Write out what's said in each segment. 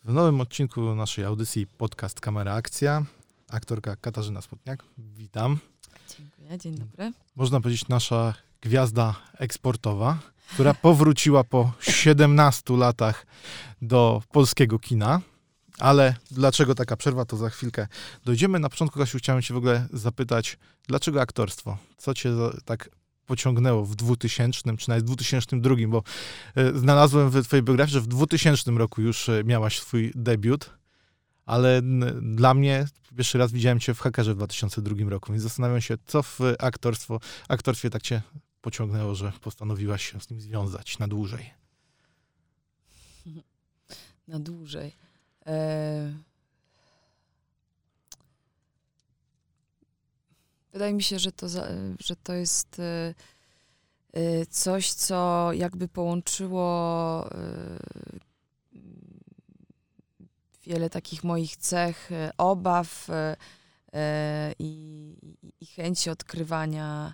W nowym odcinku naszej audycji podcast Kamera Akcja aktorka Katarzyna Smutniak. Witam. Dziękuję, dzień dobry. Można powiedzieć nasza gwiazda eksportowa, która powróciła po 17 latach do polskiego kina. Ale dlaczego taka przerwa, to za chwilkę dojdziemy. Na początku, Kasiu, chciałem cię w ogóle zapytać, dlaczego aktorstwo? Co cię tak pociągnęło w 2000 czy nawet w 2002, bo znalazłem w twojej biografii, że w 2000 roku już miałaś swój debiut, ale dla mnie pierwszy raz widziałem cię w Hakerze w 2002 roku, więc zastanawiam się, co w aktorstwie tak cię pociągnęło, że postanowiłaś się z nim związać na dłużej. Na dłużej. Wydaje mi się, że to jest coś, co jakby połączyło wiele takich moich cech, obaw i chęci odkrywania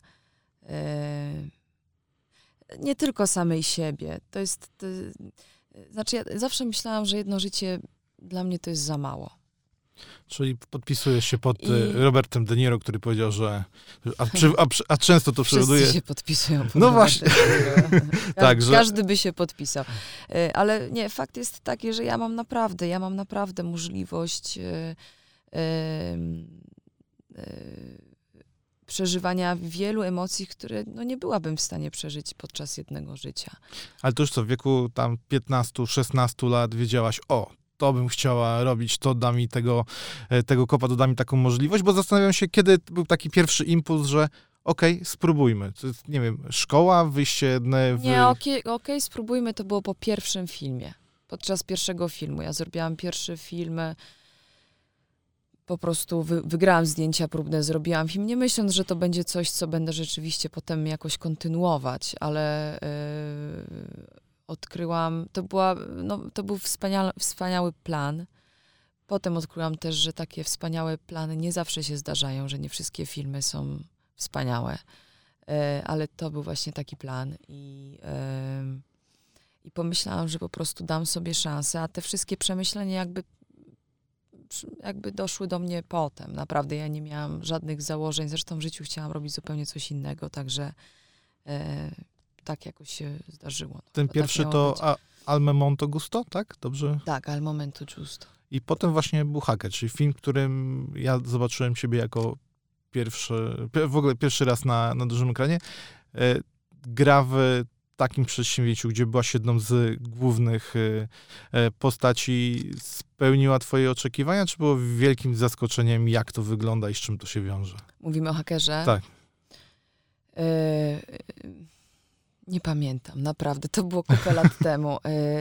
nie tylko samej siebie. Znaczy ja zawsze myślałam, że jedno życie dla mnie to jest za mało. Czyli podpisujesz się pod Robertem De Niro, który powiedział, że... A często to przewoduje... Wszyscy się podpisują pod No właśnie. Tak, każdy by się podpisał. Ale nie, fakt jest taki, że ja mam naprawdę możliwość przeżywania wielu emocji, które nie byłabym w stanie przeżyć podczas jednego życia. Ale to już co, w wieku tam 15-16 lat wiedziałaś, to bym chciała robić, to da mi tego kopa, to da mi taką możliwość, bo zastanawiam się, kiedy był taki pierwszy impuls, że spróbujmy. To jest, nie wiem, szkoła, wyjście jedne... Nie, spróbujmy, to było po pierwszym filmie. Podczas pierwszego filmu. Ja zrobiłam pierwszy film, po prostu wygrałam zdjęcia próbne, zrobiłam film, nie myśląc, że to będzie coś, co będę rzeczywiście potem jakoś kontynuować, ale... odkryłam, to był wspaniały plan. Potem odkryłam też, że takie wspaniałe plany nie zawsze się zdarzają, że nie wszystkie filmy są wspaniałe. Ale to był właśnie taki plan i pomyślałam, że po prostu dam sobie szansę, a te wszystkie przemyślenia jakby doszły do mnie potem. Naprawdę ja nie miałam żadnych założeń, zresztą w życiu chciałam robić zupełnie coś innego, także tak jakoś się zdarzyło. Ten pierwszy to Al Momento Gusto, tak? Dobrze? Tak, Al Momento Giusto. I potem właśnie był Haker, czyli film, w którym ja zobaczyłem ciebie jako w ogóle pierwszy raz na dużym ekranie. Gra w takim przedsięwzięciu, gdzie byłaś jedną z głównych postaci, spełniła twoje oczekiwania, czy było wielkim zaskoczeniem, jak to wygląda i z czym to się wiąże? Mówimy o Hakerze? Tak. Nie pamiętam, naprawdę. To było kupę lat temu.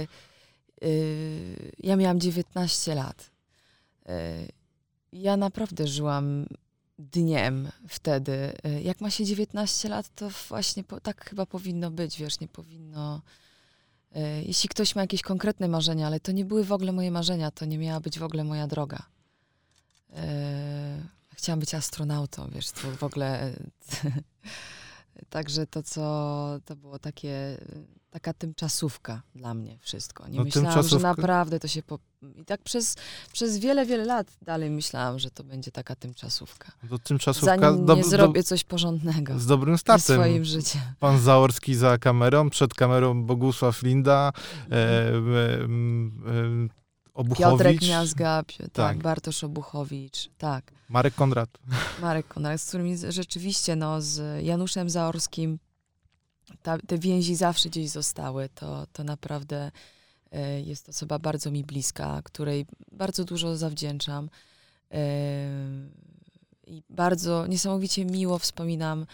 Ja miałam 19 lat. Ja naprawdę żyłam dniem wtedy. Jak ma się 19 lat, to właśnie tak chyba powinno być, wiesz, nie powinno... Jeśli ktoś ma jakieś konkretne marzenia, ale to nie były w ogóle moje marzenia, to nie miała być w ogóle moja droga. Chciałam być astronautą, wiesz, to w ogóle... Także to było taka tymczasówka dla mnie wszystko. Nie myślałam, że naprawdę to się... I tak przez wiele lat dalej myślałam, że to będzie taka tymczasówka. Zanim nie zrobię coś porządnego z dobrym startem. w swoim życiu. Pan Zaorski za kamerą, przed kamerą Bogusław Linda, Obuchowicz. Piotrek Miazga, tak, Bartosz Obuchowicz, tak. Marek Konrad, z którymi rzeczywiście, z Januszem Zaorskim te więzi zawsze gdzieś zostały. To naprawdę jest osoba bardzo mi bliska, której bardzo dużo zawdzięczam. I bardzo niesamowicie miło wspominam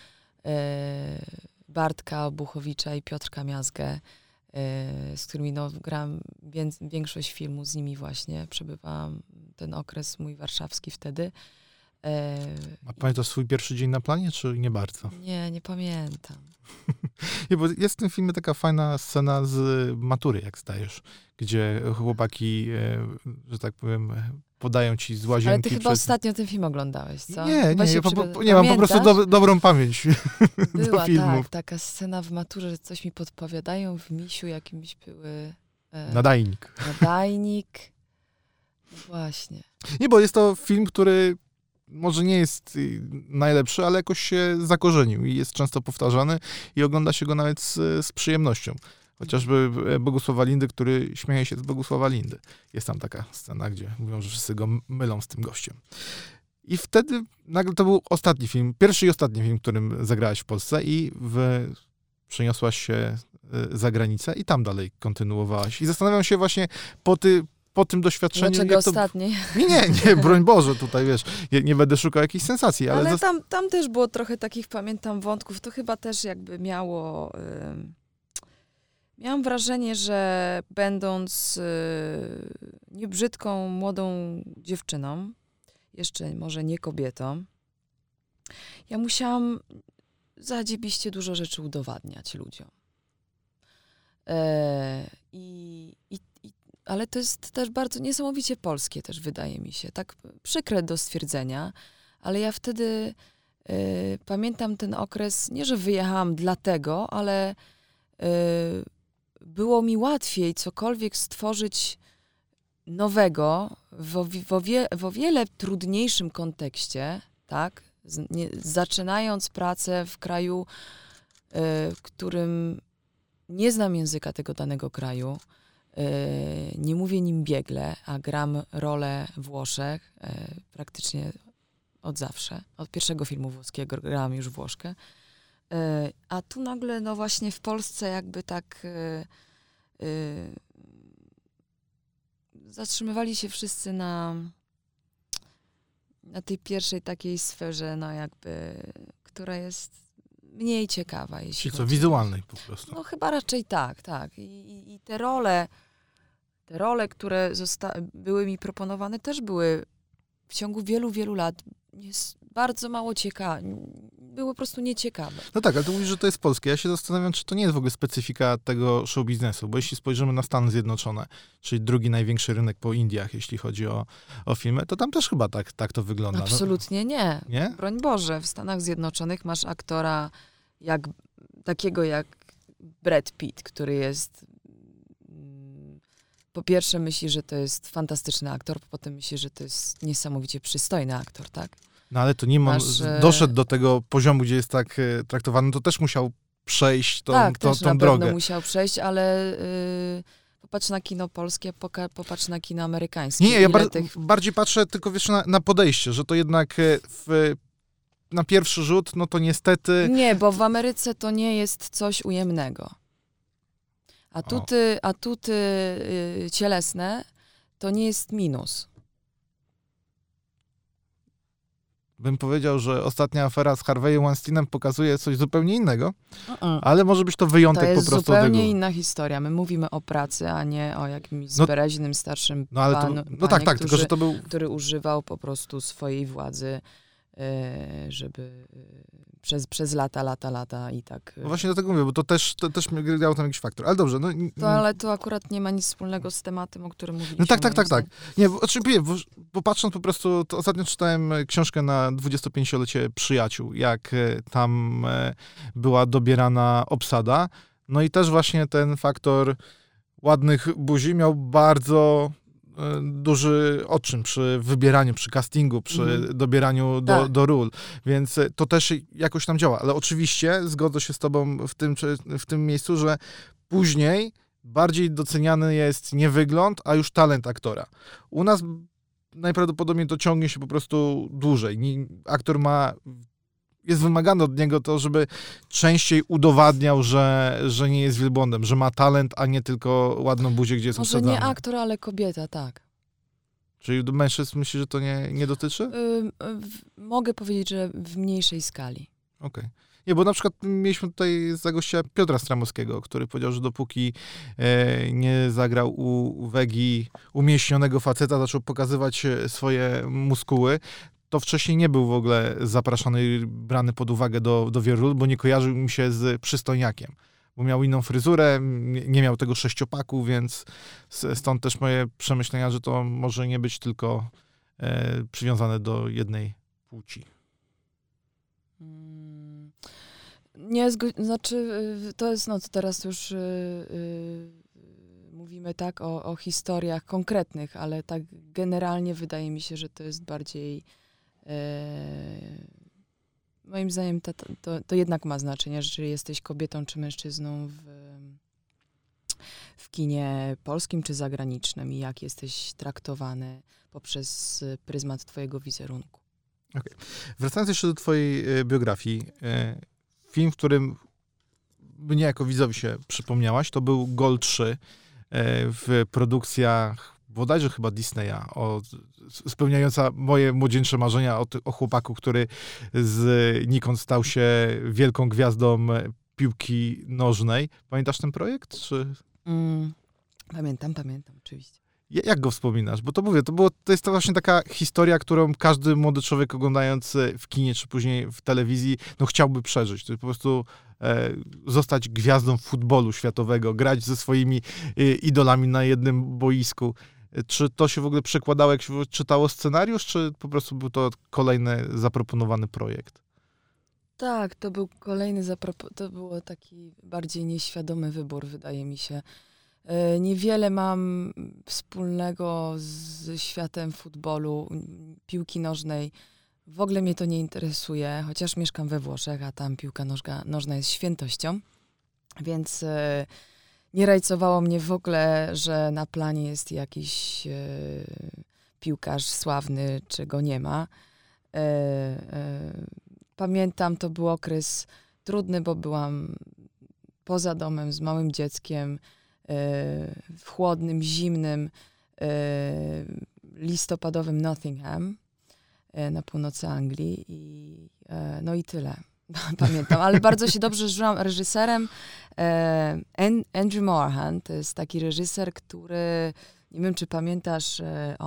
Bartka Obuchowicza i Piotrka Miazgę, z którymi grałam większość filmu, z nimi właśnie przebywałam ten okres mój warszawski wtedy. A pamiętasz swój pierwszy dzień na planie, czy nie bardzo? Nie pamiętam. Nie, bo jest w tym filmie taka fajna scena z matury, jak zdajesz, gdzie chłopaki, że tak powiem, podają ci z łazienki. Ale ty chyba ostatnio ten film oglądałeś, co? Nie, mam po prostu dobrą pamięć do filmów. Tak, taka scena w maturze, że coś mi podpowiadają w misiu jakimś były... Nadajnik. Właśnie. Nie, bo jest to film, który może nie jest najlepszy, ale jakoś się zakorzenił i jest często powtarzany i ogląda się go nawet z przyjemnością. Chociażby Bogusława Lindy, który śmieje się z Bogusława Lindy. Jest tam taka scena, gdzie mówią, że wszyscy go mylą z tym gościem. I wtedy nagle to był ostatni film, pierwszy i ostatni film, w którym zagrałaś w Polsce i przeniosłaś się za granicę i tam dalej kontynuowałaś. I zastanawiam się właśnie po tym doświadczeniu... Dlaczego ostatni? Nie, broń Boże, tutaj wiesz, nie będę szukał jakichś sensacji, ale... Tam też było trochę takich, pamiętam, wątków, to chyba też jakby miało... Miałam wrażenie, że będąc niebrzydką, młodą dziewczyną, jeszcze może nie kobietą, ja musiałam zajebiście dużo rzeczy udowadniać ludziom. Ale to jest też bardzo niesamowicie polskie też, wydaje mi się. Tak przykre do stwierdzenia, ale ja wtedy pamiętam ten okres, nie że wyjechałam dlatego, ale było mi łatwiej cokolwiek stworzyć nowego w o wiele trudniejszym kontekście, tak? Zaczynając pracę w kraju, w którym nie znam języka tego danego kraju, nie mówię nim biegle, a gram rolę Włoszech praktycznie od zawsze. Od pierwszego filmu włoskiego grałam już Włoszkę. A tu nagle, no właśnie w Polsce jakby tak zatrzymywali się wszyscy na tej pierwszej takiej sferze, no jakby, która jest mniej ciekawa. Jeśli Czyli co, chodzi wizualnej po prostu. No chyba raczej tak. I te role, które były mi proponowane, też były w ciągu wielu, wielu lat bardzo mało ciekawe. Były po prostu nieciekawe. No tak, ale ty mówisz, że to jest polskie. Ja się zastanawiam, czy to nie jest w ogóle specyfika tego show biznesu, bo jeśli spojrzymy na Stany Zjednoczone, czyli drugi największy rynek po Indiach, jeśli chodzi o filmy, to tam też chyba tak to wygląda. Absolutnie nie. Nie? Broń Boże, w Stanach Zjednoczonych masz aktora takiego jak Brad Pitt, który jest po pierwsze myśli, że to jest fantastyczny aktor, potem myśli, że to jest niesamowicie przystojny aktor, tak? No ale to nim on doszedł do tego poziomu, gdzie jest tak traktowany, to też musiał przejść tą na drogę. Pewno musiał przejść, ale popatrz na kino polskie, popatrz na kino amerykańskie. Nie, ja bardziej patrzę tylko wiesz na podejście, że to jednak na pierwszy rzut, no to niestety... Nie, bo w Ameryce to nie jest coś ujemnego. Atuty cielesne to nie jest minus. Bym powiedział, że ostatnia afera z Harvey'em Weinsteinem pokazuje coś zupełnie innego, ale może być to wyjątek po prostu. To jest zupełnie inna historia. My mówimy o pracy, a nie o jakimś zbereźnym starszym panie, tylko że to był... który używał po prostu swojej władzy, żeby przez lata i tak... No właśnie dlatego mówię, bo to też grało tam jakiś faktor. Ale dobrze. Ale to akurat nie ma nic wspólnego z tematem, o którym mówiliśmy. No tak. Nie, bo patrząc po prostu, to ostatnio czytałem książkę na 25-lecie Przyjaciół, jak tam była dobierana obsada. No i też właśnie ten faktor ładnych buzi miał bardzo duży odczyn przy wybieraniu, przy castingu, przy dobieraniu do ról, więc to też jakoś tam działa, ale oczywiście zgodzę się z tobą w tym miejscu, że później bardziej doceniany jest nie wygląd, a już talent aktora. U nas najprawdopodobniej to ciągnie się po prostu dłużej. Aktor jest wymagane od niego to, żeby częściej udowadniał, że nie jest wielbłądem, że ma talent, a nie tylko ładną buzię, gdzie jest usadzany. Może nie aktor, ale kobieta, tak. Czyli do mężczyzn myślisz, że to nie dotyczy? Mogę powiedzieć, że w mniejszej skali. Okej. Nie, bo na przykład mieliśmy tutaj za gościa Piotra Stramowskiego, który powiedział, że dopóki nie zagrał u Wegi umieśnionego faceta, zaczął pokazywać swoje muskuły, to wcześniej nie był w ogóle zapraszany, brany pod uwagę do wielu ról, bo nie kojarzył mi się z przystojniakiem. Bo miał inną fryzurę, nie miał tego sześciopaku, więc stąd też moje przemyślenia, że to może nie być tylko przywiązane do jednej płci. Nie, znaczy to jest, no to teraz już mówimy tak o historiach konkretnych, ale tak generalnie wydaje mi się, że to jest bardziej moim zdaniem to jednak ma znaczenie, że czy jesteś kobietą czy mężczyzną w kinie polskim czy zagranicznym i jak jesteś traktowany poprzez pryzmat twojego wizerunku. Okay. Wracając jeszcze do twojej biografii, film, w którym mnie jako widzowi się przypomniałaś, to był Gol 3 w produkcjach bodajże chyba Disneya, spełniająca moje młodzieńcze marzenia o chłopaku, który znikąd stał się wielką gwiazdą piłki nożnej. Pamiętasz ten projekt? Czy... Pamiętam, oczywiście. Jak go wspominasz? Bo to jest to właśnie taka historia, którą każdy młody człowiek oglądając w kinie, czy później w telewizji, no chciałby przeżyć. To jest po prostu zostać gwiazdą futbolu światowego, grać ze swoimi idolami na jednym boisku. Czy to się w ogóle przekładało, jak się czytało scenariusz, czy po prostu był to kolejny zaproponowany projekt? Tak, to był kolejny to było taki bardziej nieświadomy wybór, wydaje mi się. Niewiele mam wspólnego z światem futbolu, piłki nożnej. W ogóle mnie to nie interesuje, chociaż mieszkam we Włoszech, a tam piłka nożna jest świętością. Więc nie rajcowało mnie w ogóle, że na planie jest jakiś piłkarz sławny, czy go nie ma. Pamiętam, to był okres trudny, bo byłam poza domem z małym dzieckiem, w chłodnym, zimnym, listopadowym Nottingham na północy Anglii no i tyle. Pamiętam, ale bardzo się dobrze żyłam reżyserem. Andrew Moorhan, to jest taki reżyser, który, nie wiem czy pamiętasz,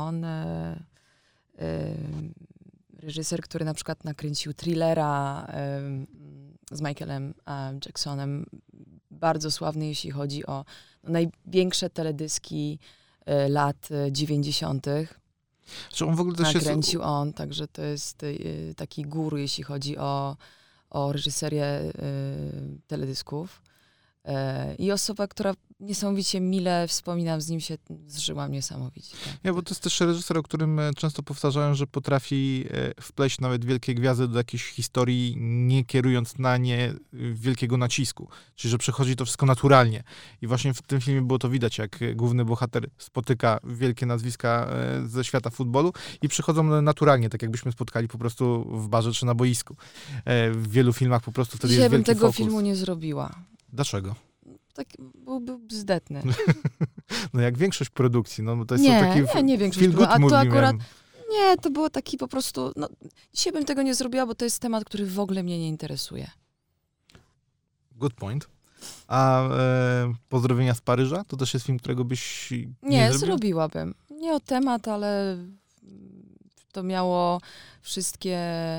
reżyser, który na przykład nakręcił Thrillera z Michaelem Jacksonem, bardzo sławny, jeśli chodzi o największe teledyski lat 90. Czy on w ogóle też nakręcił on, także to jest taki guru, jeśli chodzi o reżyserię teledysków. I osoba, która niesamowicie mile wspominam, z nim się zżyłam niesamowicie. Tak. Nie, bo to jest też reżyser, o którym często powtarzają, że potrafi wpleść nawet wielkie gwiazdy do jakiejś historii, nie kierując na nie wielkiego nacisku. Czyli, że przechodzi to wszystko naturalnie. I właśnie w tym filmie było to widać, jak główny bohater spotyka wielkie nazwiska ze świata futbolu i przychodzą naturalnie, tak jakbyśmy spotkali po prostu w barze czy na boisku. W wielu filmach po prostu wtedy Dzisiaj jest wielki bym tego fokus. filmu nie zrobiła. Dlaczego? Tak byłby bzdetny. No jak większość produkcji, no to jest nie większość produkcji. A to akurat, nie, to było taki po prostu, dzisiaj bym tego nie zrobiła, bo to jest temat, który w ogóle mnie nie interesuje. Good point. A Pozdrowienia z Paryża? To też jest film, którego byś nie zrobiłabym. Nie o temat, ale to miało wszystkie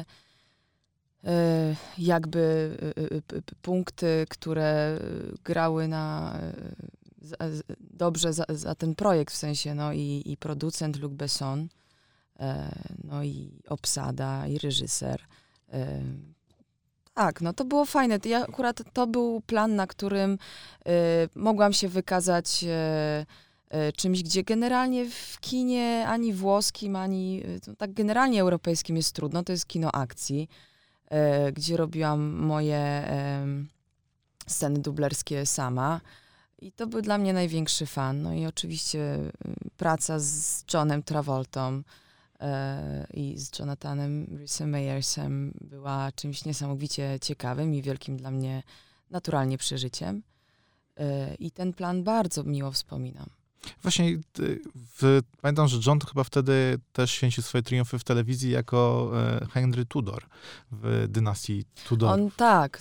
jakby punkty, które grały dobrze za ten projekt, w sensie i producent Luc Besson, no i obsada, i reżyser. Tak, no to było fajne. To był plan, na którym mogłam się wykazać czymś, gdzie generalnie w kinie ani włoskim, ani tak generalnie europejskim jest trudno. To jest kino akcji, gdzie robiłam moje sceny dublerskie sama. I to był dla mnie największy fan. No i oczywiście praca z Johnem Travoltą i z Jonathanem Rhys-Meyersem była czymś niesamowicie ciekawym i wielkim dla mnie naturalnie przeżyciem. I ten plan bardzo miło wspominam. Właśnie pamiętam, że John to chyba wtedy też święcił swoje triumfy w telewizji jako Henry Tudor w dynastii Tudor. On tak.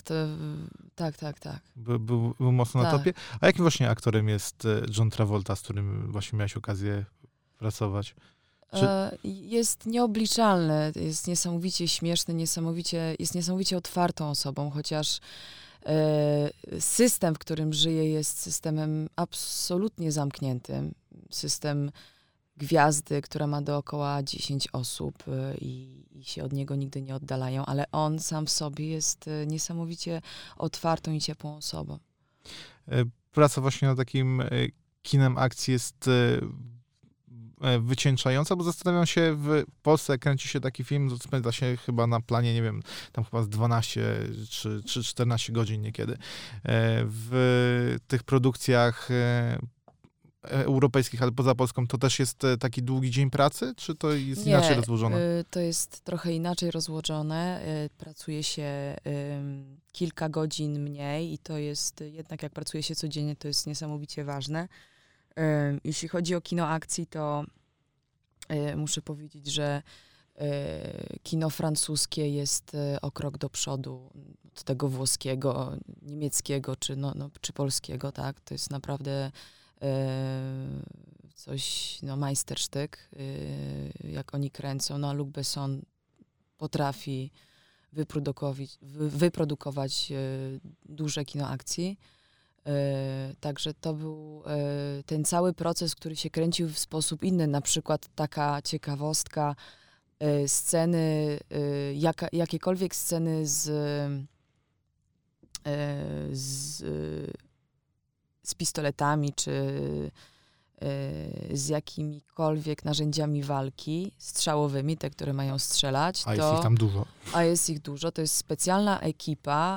Był mocno na topie. A jakim właśnie aktorem jest John Travolta, z którym właśnie miałeś okazję pracować? Jest nieobliczalny, jest niesamowicie śmieszny, jest niesamowicie otwartą osobą, chociaż system, w którym żyje, jest systemem absolutnie zamkniętym. System gwiazdy, która ma dookoła 10 osób i się od niego nigdy nie oddalają, ale on sam w sobie jest niesamowicie otwartą i ciepłą osobą. Praca właśnie na takim kinem akcji jest wycieńczająca, bo zastanawiam się, w Polsce kręci się taki film, spędza się chyba na planie, nie wiem, tam chyba z 12 czy 14 godzin niekiedy. W tych produkcjach europejskich, ale poza Polską, to też jest taki długi dzień pracy, czy to jest inaczej rozłożone? To jest trochę inaczej rozłożone. Pracuje się kilka godzin mniej i to jest, jednak jak pracuje się codziennie, to jest niesamowicie ważne. Jeśli chodzi o kino akcji, to muszę powiedzieć, że kino francuskie jest o krok do przodu od tego włoskiego, niemieckiego czy polskiego, tak? To jest naprawdę coś, majstersztyk, jak oni kręcą. Luc Besson potrafi wyprodukować duże kino akcji. Także to był ten cały proces, który się kręcił w sposób inny. Na przykład taka ciekawostka, sceny, jakiekolwiek sceny z pistoletami, czy z jakimikolwiek narzędziami walki strzałowymi, te, które mają strzelać. A jest ich tam dużo. A jest ich dużo. To jest specjalna ekipa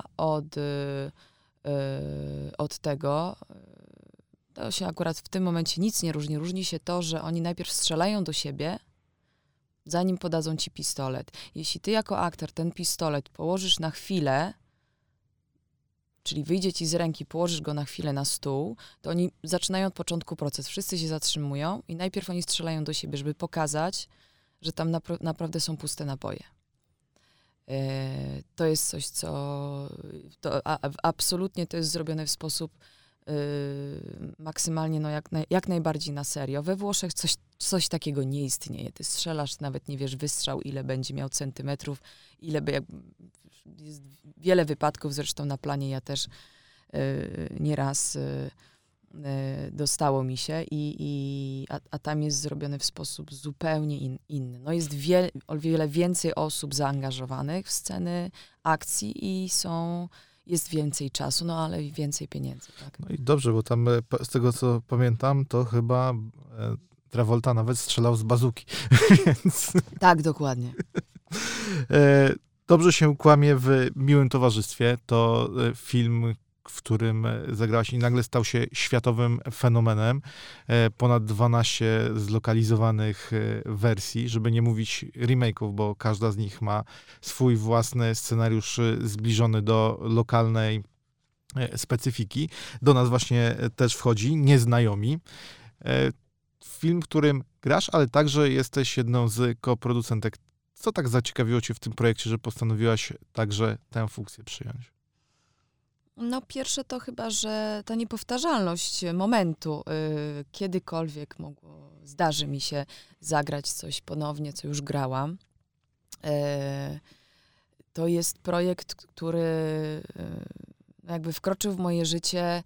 od tego. To się akurat w tym momencie nic nie różni. Różni się to, że oni najpierw strzelają do siebie, zanim podadzą ci pistolet. Jeśli ty jako aktor ten pistolet położysz na chwilę, czyli wyjdzie ci z ręki, położysz go na chwilę na stół, to oni zaczynają od początku proces. Wszyscy się zatrzymują i najpierw oni strzelają do siebie, żeby pokazać, że tam naprawdę są puste naboje. To jest coś, co... absolutnie to jest zrobione w sposób maksymalnie, jak najbardziej na serio. We Włoszech coś takiego nie istnieje. Ty strzelasz, nawet nie wiesz wystrzał, ile będzie miał centymetrów, jest wiele wypadków, zresztą na planie ja też nieraz dostało mi się, a tam jest zrobione w sposób zupełnie inny. Jest o wiele więcej osób zaangażowanych w sceny akcji i jest więcej czasu, ale i więcej pieniędzy. Tak? No i dobrze, bo tam z tego, co pamiętam, to chyba Travolta nawet strzelał z bazuki. Więc... Tak, dokładnie. Dobrze się kłamie w miłym towarzystwie. To film, w którym zagrałaś i nagle stał się światowym fenomenem. Ponad 12 zlokalizowanych wersji, żeby nie mówić remake'ów, bo każda z nich ma swój własny scenariusz zbliżony do lokalnej specyfiki. Do nas właśnie też wchodzi Nieznajomi. Film, w którym grasz, ale także jesteś jedną z koproducentek. Co tak zaciekawiło cię w tym projekcie, że postanowiłaś także tę funkcję przyjąć? Pierwsze to chyba, że ta niepowtarzalność momentu, kiedykolwiek zdarzy mi się zagrać coś ponownie, co już grałam. To jest projekt, który jakby wkroczył w moje życie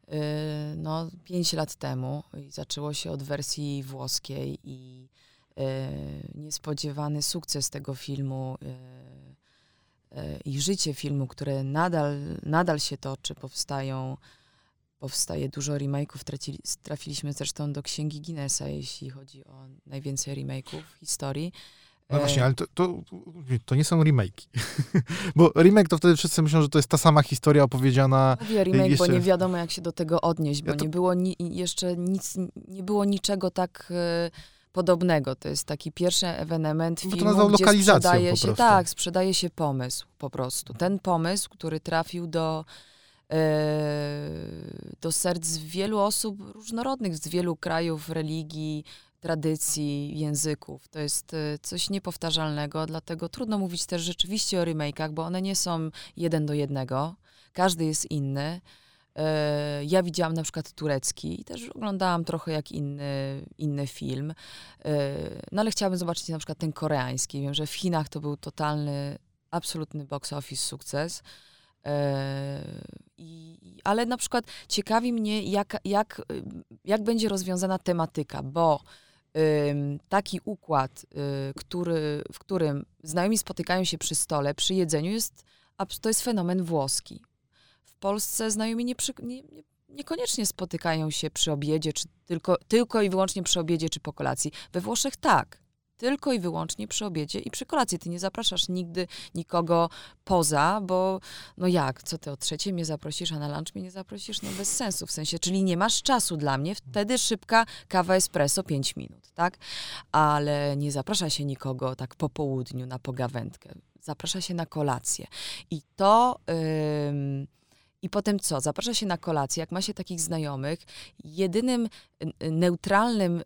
5 lat temu i zaczęło się od wersji włoskiej i niespodziewany sukces tego filmu i życie filmu, które nadal się toczy, powstaje dużo remake'ów. Trafiliśmy zresztą do Księgi Guinnessa, jeśli chodzi o najwięcej remake'ów w historii. No właśnie, ale to nie są remake'i. Bo remake to wtedy wszyscy myślą, że to jest ta sama historia opowiedziana. Mówię remake, bo nie wiadomo, jak się do tego odnieść, bo nie było jeszcze nic, nie było niczego tak podobnego. To jest taki pierwszy ewenement filmu, gdzie sprzedaje się pomysł po prostu. Ten pomysł, który trafił do serc wielu osób różnorodnych, z wielu krajów, religii, tradycji, języków. To jest coś niepowtarzalnego, dlatego trudno mówić też rzeczywiście o remake'ach, bo one nie są 1:1. Każdy jest inny. Ja widziałam na przykład turecki i też oglądałam trochę jak inny film, ale chciałabym zobaczyć na przykład ten koreański. Wiem, że w Chinach to był totalny, absolutny box office sukces. Ale na przykład ciekawi mnie, jak będzie rozwiązana tematyka, bo taki układ, w którym znajomi spotykają się przy stole, przy jedzeniu, to jest fenomen włoski. W Polsce znajomi niekoniecznie spotykają się przy obiedzie, czy tylko i wyłącznie przy obiedzie, czy po kolacji. We Włoszech tak. Tylko i wyłącznie przy obiedzie i przy kolacji. Ty nie zapraszasz nigdy nikogo poza, bo no jak, co ty o 3:00 mnie zaprosisz, a na lunch mnie nie zaprosisz? No bez sensu, w sensie, czyli nie masz czasu dla mnie, wtedy szybka kawa espresso 5 minut, tak? Ale nie zaprasza się nikogo tak po południu na pogawędkę. Zaprasza się na kolację. I to... I potem co? Zaprasza się na kolację, jak ma się takich znajomych. Jedynym neutralnym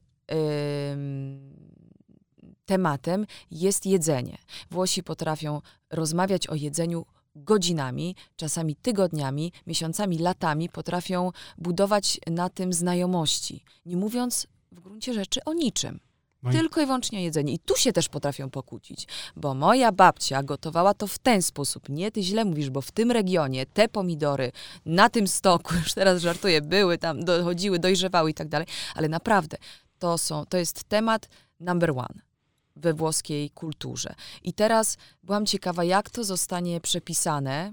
tematem jest jedzenie. Włosi potrafią rozmawiać o jedzeniu godzinami, czasami tygodniami, miesiącami, latami. Potrafią budować na tym znajomości, nie mówiąc w gruncie rzeczy o niczym. Tylko i wyłącznie o jedzeniu. I tu się też potrafią pokłócić, bo moja babcia gotowała to w ten sposób. Nie, ty źle mówisz, bo w tym regionie te pomidory na tym stoku, już teraz żartuję, były tam, dochodziły, dojrzewały i tak dalej, ale naprawdę to jest temat number one we włoskiej kulturze. I teraz byłam ciekawa, jak to zostanie przepisane.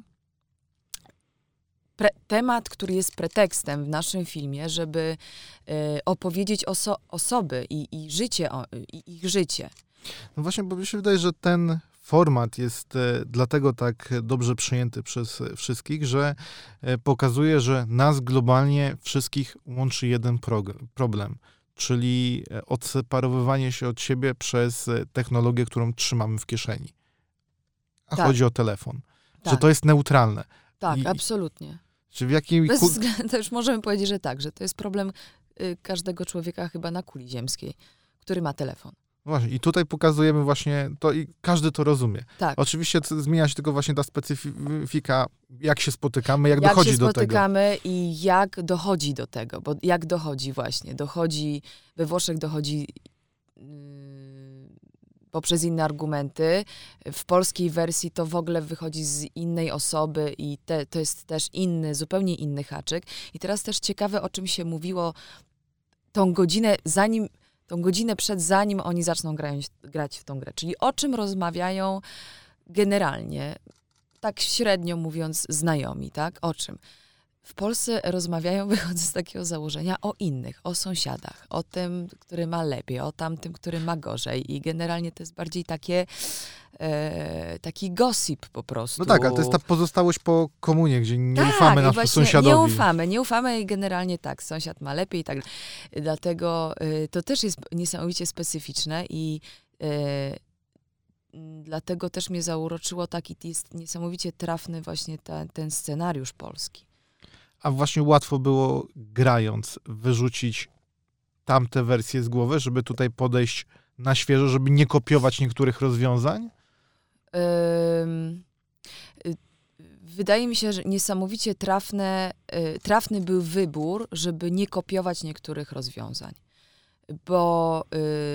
Temat, który jest pretekstem w naszym filmie, żeby opowiedzieć osoby i życie, ich życie. No właśnie, bo mi się wydaje, że ten format jest dlatego tak dobrze przyjęty przez wszystkich, że pokazuje, że nas globalnie wszystkich łączy jeden problem, czyli odseparowywanie się od siebie przez technologię, którą trzymamy w kieszeni. A tak. chodzi o telefon. Tak. Że to jest neutralne. Tak, absolutnie. Czy w jakiej... Bez względu, to już możemy powiedzieć, że tak, że to jest problem każdego człowieka chyba na kuli ziemskiej, który ma telefon. Właśnie, i tutaj pokazujemy właśnie to i każdy to rozumie. Tak. Oczywiście zmienia się tylko właśnie ta specyfika, jak się spotykamy, jak dochodzi do tego. Jak się spotykamy i jak dochodzi do tego, bo jak dochodzi właśnie, we Włoszech dochodzi poprzez inne argumenty. W polskiej wersji to w ogóle wychodzi z innej osoby i to jest też zupełnie inny haczyk. I teraz też ciekawe, o czym się mówiło tą godzinę zanim oni zaczną grać w tą grę. Czyli o czym rozmawiają generalnie, tak średnio mówiąc, znajomi, tak? O czym? W Polsce rozmawiają, wychodzę z takiego założenia, o innych, o sąsiadach, o tym, który ma lepiej, o tamtym, który ma gorzej. I generalnie to jest bardziej taki gossip po prostu. No tak, ale to jest ta pozostałość po komunie, gdzie nie ufamy naszemu sąsiadowi. Nie ufamy i generalnie tak, sąsiad ma lepiej i tak. Dlatego to też jest niesamowicie specyficzne i dlatego też mnie zauroczyło taki, jest niesamowicie trafny właśnie ten scenariusz polski. A właśnie łatwo było, grając, wyrzucić tamte wersje z głowy, żeby tutaj podejść na świeżo, żeby nie kopiować niektórych rozwiązań? Wydaje mi się, że niesamowicie trafny był wybór, żeby nie kopiować niektórych rozwiązań. Bo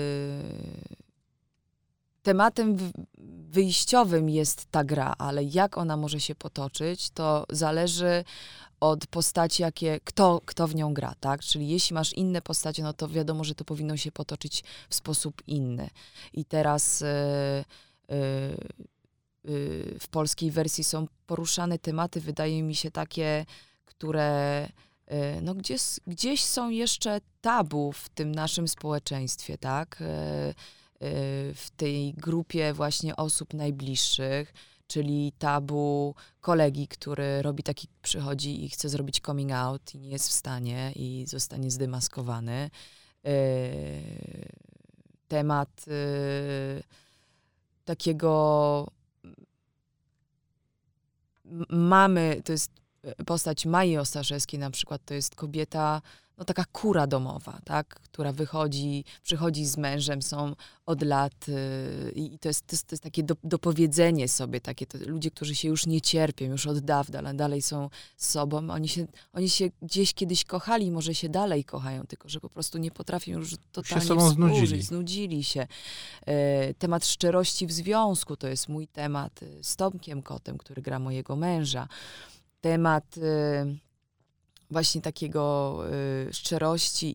tematem wyjściowym jest ta gra, ale jak ona może się potoczyć, to zależy od postaci, kto w nią gra, tak? Czyli jeśli masz inne postacie, no to wiadomo, że to powinno się potoczyć w sposób inny. I teraz w polskiej wersji są poruszane tematy, wydaje mi się, takie, które no gdzieś są jeszcze tabu w tym naszym społeczeństwie, tak? W tej grupie właśnie osób najbliższych, czyli tabu kolegi, który przychodzi i chce zrobić coming out i nie jest w stanie i zostanie zdemaskowany. Temat takiego mamy, to jest postać Mai Ostaszewskiej na przykład, to jest kobieta, no taka kura domowa, tak, która przychodzi z mężem, są od lat i to jest takie dopowiedzenie sobie, ludzie, którzy się już nie cierpią, już od dawna, dalej są z sobą, oni się gdzieś kiedyś kochali, może się dalej kochają, tylko że po prostu nie potrafią już totalnie współżyć, znudzili się. Temat szczerości w związku, to jest mój temat z Tomkiem Kotem, który gra mojego męża. Temat właśnie takiego szczerości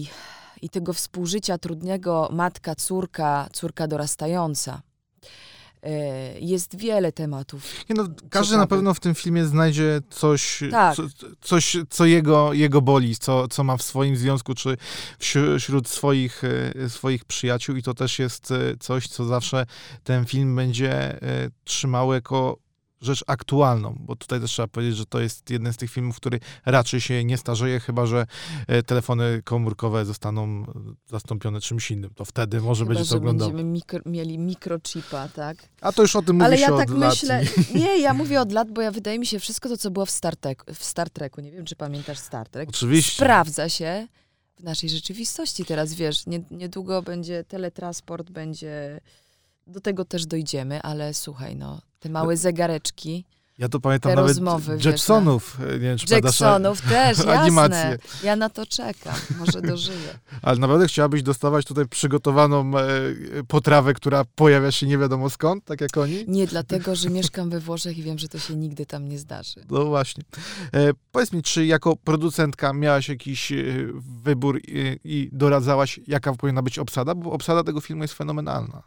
i tego współżycia trudnego matka, córka dorastająca. Jest wiele tematów. Nie no, każdy ciekawych. na pewno w tym filmie znajdzie coś, Tak. co jego boli, co ma w swoim związku, czy wśród swoich przyjaciół i to też jest coś, co zawsze ten film będzie trzymało jako rzecz aktualną, bo tutaj też trzeba powiedzieć, że to jest jeden z tych filmów, który raczej się nie starzeje, chyba że telefony komórkowe zostaną zastąpione czymś innym. To wtedy może Chyba, będzie to że oglądał. będziemy mieli mikrochipa, tak? A to już o tym mówi Ale się ja od tak lat. myślę, nie, ja mówię od lat, bo wydaje mi się wszystko to, co było w Star Treku, nie wiem, czy pamiętasz Star Trek, Oczywiście. sprawdza się w naszej rzeczywistości teraz, wiesz, niedługo będzie teletransport, do tego też dojdziemy, ale słuchaj, no, te małe zegareczki, Ja to pamiętam te nawet rozmowy, Jacksonów. Nie wiem, czy pamiętasz Jacksonów też, jasne. animację. Ja na to czekam, może dożyję. Ale naprawdę chciałabyś dostawać tutaj przygotowaną potrawę, która pojawia się nie wiadomo skąd, tak jak oni? Nie, dlatego, że mieszkam we Włoszech i wiem, że to się nigdy tam nie zdarzy. No właśnie. Powiedz mi, czy jako producentka miałaś jakiś wybór i doradzałaś, jaka powinna być obsada? Bo obsada tego filmu jest fenomenalna.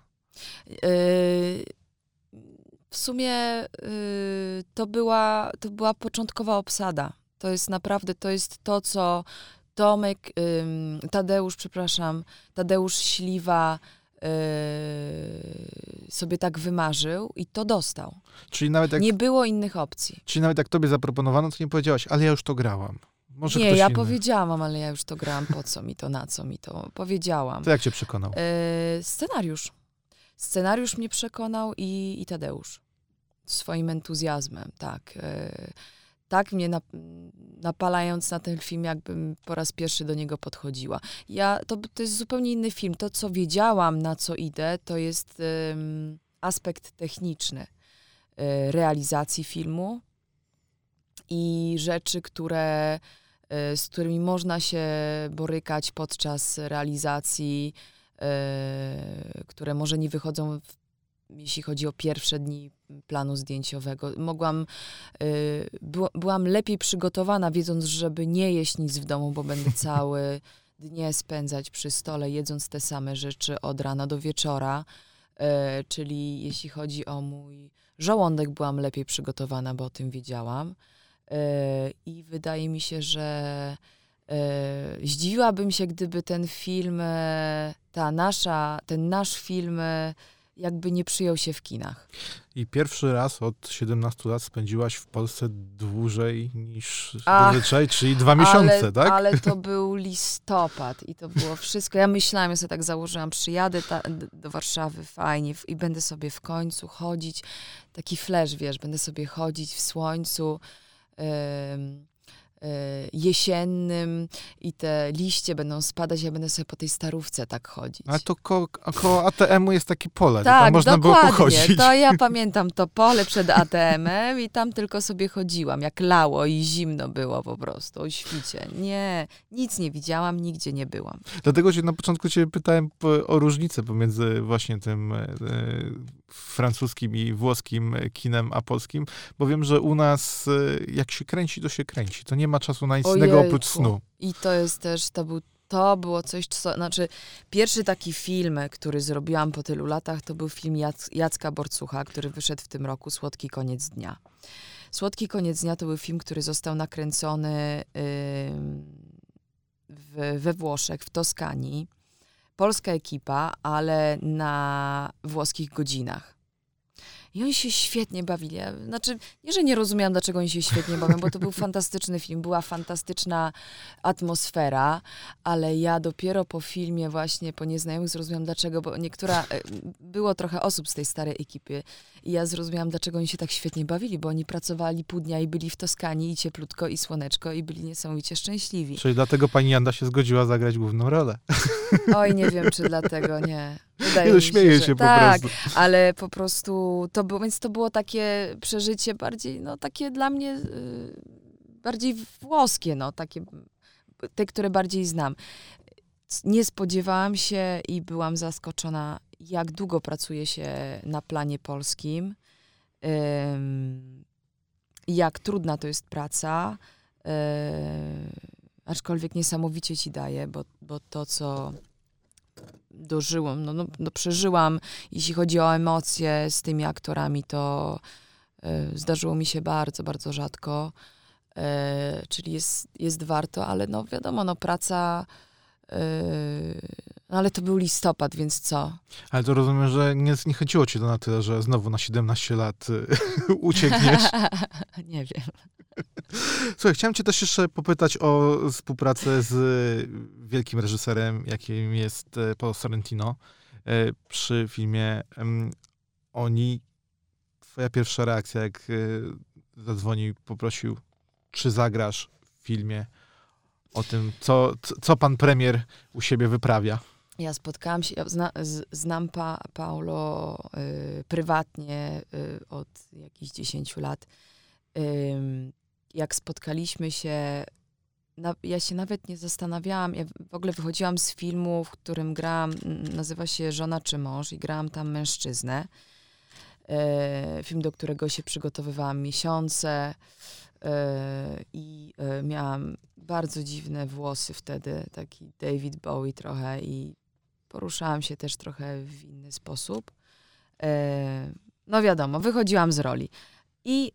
W sumie to była początkowa obsada. To jest to, co Tadeusz Śliwa sobie tak wymarzył i to dostał. Czyli nawet jak, Nie było innych opcji. czyli nawet jak tobie zaproponowano, to nie powiedziałaś, ale ja już to grałam. Może Nie, ktoś ja inny. powiedziałam, ale ja już to grałam, po co mi to, na co mi to. Powiedziałam. To jak cię przekonał? Scenariusz. Scenariusz mnie przekonał i Tadeusz. Swoim entuzjazmem, tak. Tak mnie napalając na ten film, jakbym po raz pierwszy do niego podchodziła. To jest zupełnie inny film. To, co wiedziałam, na co idę, to jest aspekt techniczny realizacji filmu i rzeczy, z którymi można się borykać podczas realizacji, które może nie wychodzą, jeśli chodzi o pierwsze dni planu zdjęciowego. Byłam lepiej przygotowana, wiedząc, żeby nie jeść nic w domu, bo będę całe dnie spędzać przy stole, jedząc te same rzeczy od rana do wieczora. Czyli jeśli chodzi o mój żołądek, byłam lepiej przygotowana, bo o tym wiedziałam. I wydaje mi się, że zdziwiłabym się, gdyby ten film, ten nasz film jakby nie przyjął się w kinach. I pierwszy raz od 17 lat spędziłaś w Polsce dłużej niż zazwyczaj, czyli 2 miesiące, tak? Ale to był listopad i to było wszystko. Ja myślałam, ja sobie tak założyłam, przyjadę do Warszawy, fajnie, i będę sobie w końcu chodzić, taki flash, wiesz, będę sobie chodzić w słońcu, jesiennym i te liście będą spadać, ja będę sobie po tej Starówce tak chodzić. Ale to koło ATM-u jest takie pole, tak, tam można było pochodzić. To ja pamiętam to pole przed ATM-em i tam tylko sobie chodziłam, jak lało i zimno było po prostu, o świcie. Nie, nic nie widziałam, nigdzie nie byłam. Dlatego na początku cię pytałem o różnicę pomiędzy właśnie tym francuskim i włoskim kinem, a polskim, bo wiem, że u nas jak się kręci, to się kręci. To nie ma czasu na nic innego oprócz snu. I to jest też, to było coś, znaczy pierwszy taki film, który zrobiłam po tylu latach, to był film Jacka Borcucha, który wyszedł w tym roku, Słodki koniec dnia. Słodki koniec dnia to był film, który został nakręcony we Włoszech, w Toskanii. Polska ekipa, ale na włoskich godzinach. I oni się świetnie bawili. Znaczy, nie, że nie rozumiałam, dlaczego oni się świetnie bawią, bo to był fantastyczny film, była fantastyczna atmosfera, ale ja dopiero po filmie właśnie, po Nieznajomych zrozumiałam dlaczego, bo było trochę osób z tej starej ekipy i ja zrozumiałam, dlaczego oni się tak świetnie bawili, bo oni pracowali pół dnia i byli w Toskanii i cieplutko i słoneczko i byli niesamowicie szczęśliwi. Czyli dlatego pani Janda się zgodziła zagrać główną rolę. Oj, nie wiem, czy dlatego, nie. Nie, śmieję się po prostu. Ale po prostu to było takie przeżycie bardziej, no takie dla mnie bardziej włoskie, no takie, te, które bardziej znam. Nie spodziewałam się i byłam zaskoczona, jak długo pracuje się na planie polskim, jak trudna to jest praca, aczkolwiek niesamowicie ci daje, bo to, co dożyłam, przeżyłam. Jeśli chodzi o emocje z tymi aktorami, to zdarzyło mi się bardzo, bardzo rzadko. Czyli jest warto, ale no wiadomo, no praca... ale to był listopad, więc co? Ale to rozumiem, że nie zniechęciło cię to na tyle, że znowu na 17 lat uciekniesz. Nie wiem. Słuchaj, chciałem cię też jeszcze popytać o współpracę z wielkim reżyserem, jakim jest Paolo Sorrentino przy filmie Oni. Twoja pierwsza reakcja, jak zadzwonił, poprosił, czy zagrasz w filmie o tym, co pan premier u siebie wyprawia. Ja spotkałam się, znam Paolo prywatnie od jakichś 10 lat. Jak spotkaliśmy się, ja się nawet nie zastanawiałam, ja w ogóle wychodziłam z filmu, w którym grałam, nazywa się Żona czy mąż i grałam tam mężczyznę. Film, do którego się przygotowywałam miesiące i miałam bardzo dziwne włosy wtedy, taki David Bowie trochę i poruszałam się też trochę w inny sposób. No wiadomo, wychodziłam z roli. I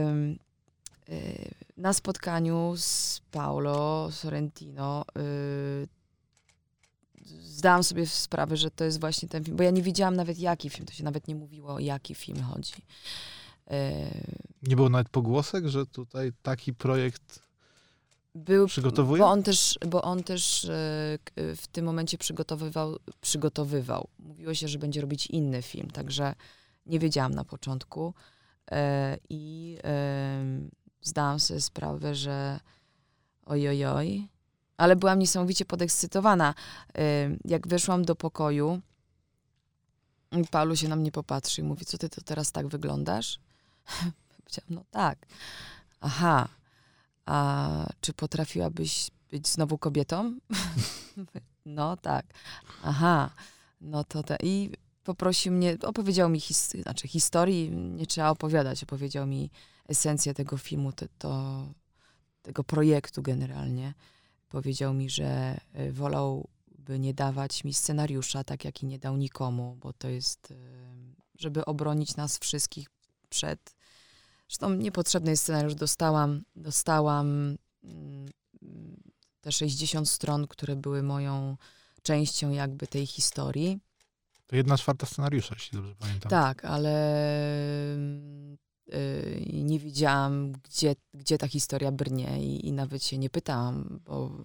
na spotkaniu z Paolo Sorrentino zdałam sobie sprawę, że to jest właśnie ten film, bo ja nie wiedziałam nawet jaki film, to się nawet nie mówiło, o jaki film chodzi. Nie było nawet pogłosek, że tutaj taki projekt przygotowuje? Bo on też w tym momencie przygotowywał. Mówiło się, że będzie robić inny film, także nie wiedziałam na początku i zdałam sobie sprawę, że ojojoj, ale byłam niesamowicie podekscytowana. Jak weszłam do pokoju, Paolo się na mnie popatrzy i mówi, co ty to teraz tak wyglądasz? Powiedziałam, no tak. Aha, a czy potrafiłabyś być znowu kobietą? No tak. Aha, no to i poprosił mnie, opowiedział mi historii, nie trzeba opowiadać, opowiedział mi esencję tego filmu, tego projektu generalnie. Powiedział mi, że wolałby nie dawać mi scenariusza, tak jak i nie dał nikomu, bo to jest, żeby obronić nas wszystkich przed... Zresztą niepotrzebny scenariusz dostałam te 60 stron, które były moją częścią jakby tej historii. To 1/4 scenariusza, jeśli dobrze pamiętam. Tak, ale nie wiedziałam, gdzie ta historia brnie i nawet się nie pytałam, bo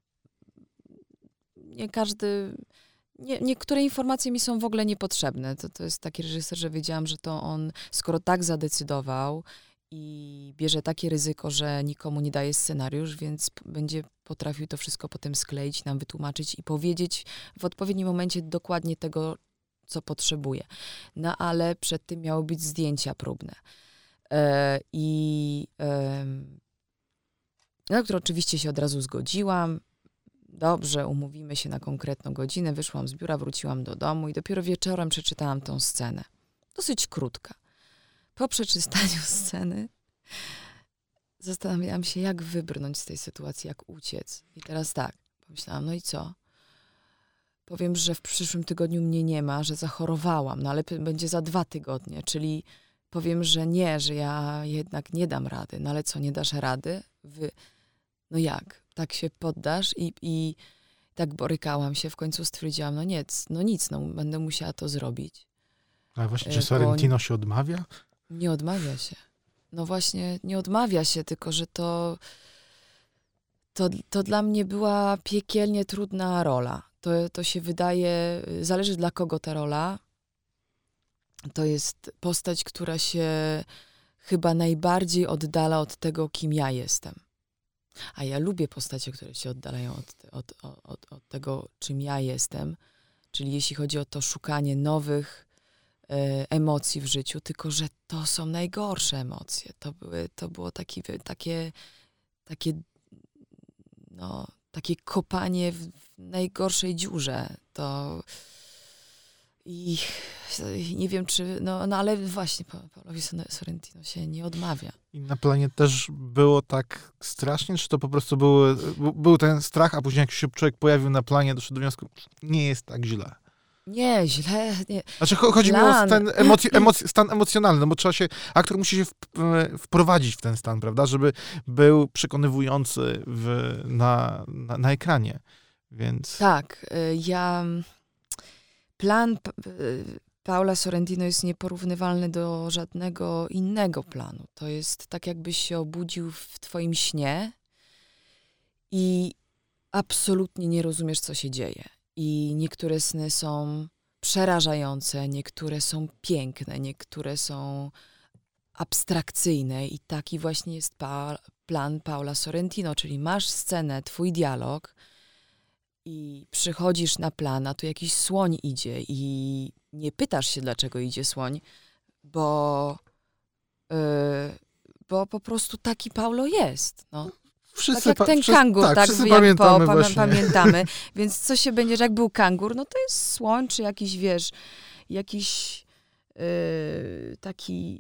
nie każdy... Niektóre informacje mi są w ogóle niepotrzebne. To jest taki reżyser, że wiedziałam, że to on, skoro tak zadecydował i bierze takie ryzyko, że nikomu nie daje scenariusz, więc będzie potrafił to wszystko potem skleić, nam wytłumaczyć i powiedzieć w odpowiednim momencie dokładnie tego, co potrzebuje. No ale przed tym miały być zdjęcia próbne. Na które oczywiście się od razu zgodziłam. Dobrze, umówimy się na konkretną godzinę. Wyszłam z biura, wróciłam do domu i dopiero wieczorem przeczytałam tą scenę. Dosyć krótka. Po przeczytaniu sceny zastanawiałam się, jak wybrnąć z tej sytuacji, jak uciec. I teraz tak, pomyślałam, no i co? Powiem, że w przyszłym tygodniu mnie nie ma, że zachorowałam, no ale będzie za 2 tygodnie, czyli powiem, że nie, że ja jednak nie dam rady. No ale co, nie dasz rady? No jak? Tak się poddasz i tak borykałam się. W końcu stwierdziłam, no nic, będę musiała to zrobić. Ale właśnie, czy Sorrentino się odmawia? Nie odmawia się. No właśnie, nie odmawia się, tylko że to dla mnie była piekielnie trudna rola. To się wydaje, zależy dla kogo ta rola. To jest postać, która się chyba najbardziej oddala od tego, kim ja jestem. A ja lubię postacie, które się oddalają od tego, czym ja jestem. Czyli jeśli chodzi o to szukanie nowych emocji w życiu, tylko że to są najgorsze emocje. To było takie kopanie w najgorszej dziurze. I nie wiem, czy... No ale właśnie Paolowi Sorrentino się nie odmawia. I na planie też było tak strasznie, czy to po prostu był ten strach, a później jak się człowiek pojawił na planie, doszedł do wniosku, nie jest tak źle. Nie, źle, nie. Znaczy chodzi mi o ten stan emocjonalny, no bo aktor musi się wprowadzić w ten stan, prawda, żeby był przekonywujący na ekranie, więc... Tak, plan Paola Sorrentino jest nieporównywalny do żadnego innego planu. To jest tak, jakbyś się obudził w twoim śnie i absolutnie nie rozumiesz, co się dzieje. I niektóre sny są przerażające, niektóre są piękne, niektóre są abstrakcyjne i taki właśnie jest plan Paola Sorrentino, czyli masz scenę, twój dialog i przychodzisz na plan, a tu jakiś słoń idzie i nie pytasz się, dlaczego idzie słoń, bo po prostu taki Paulo jest, no. Wszyscy, tak jak ten kangur, tak wszyscy pamiętamy właśnie. Pamiętamy. Więc co się będzie, że jak był kangur, no to jest słoń, czy jakiś, wiesz, jakiś taki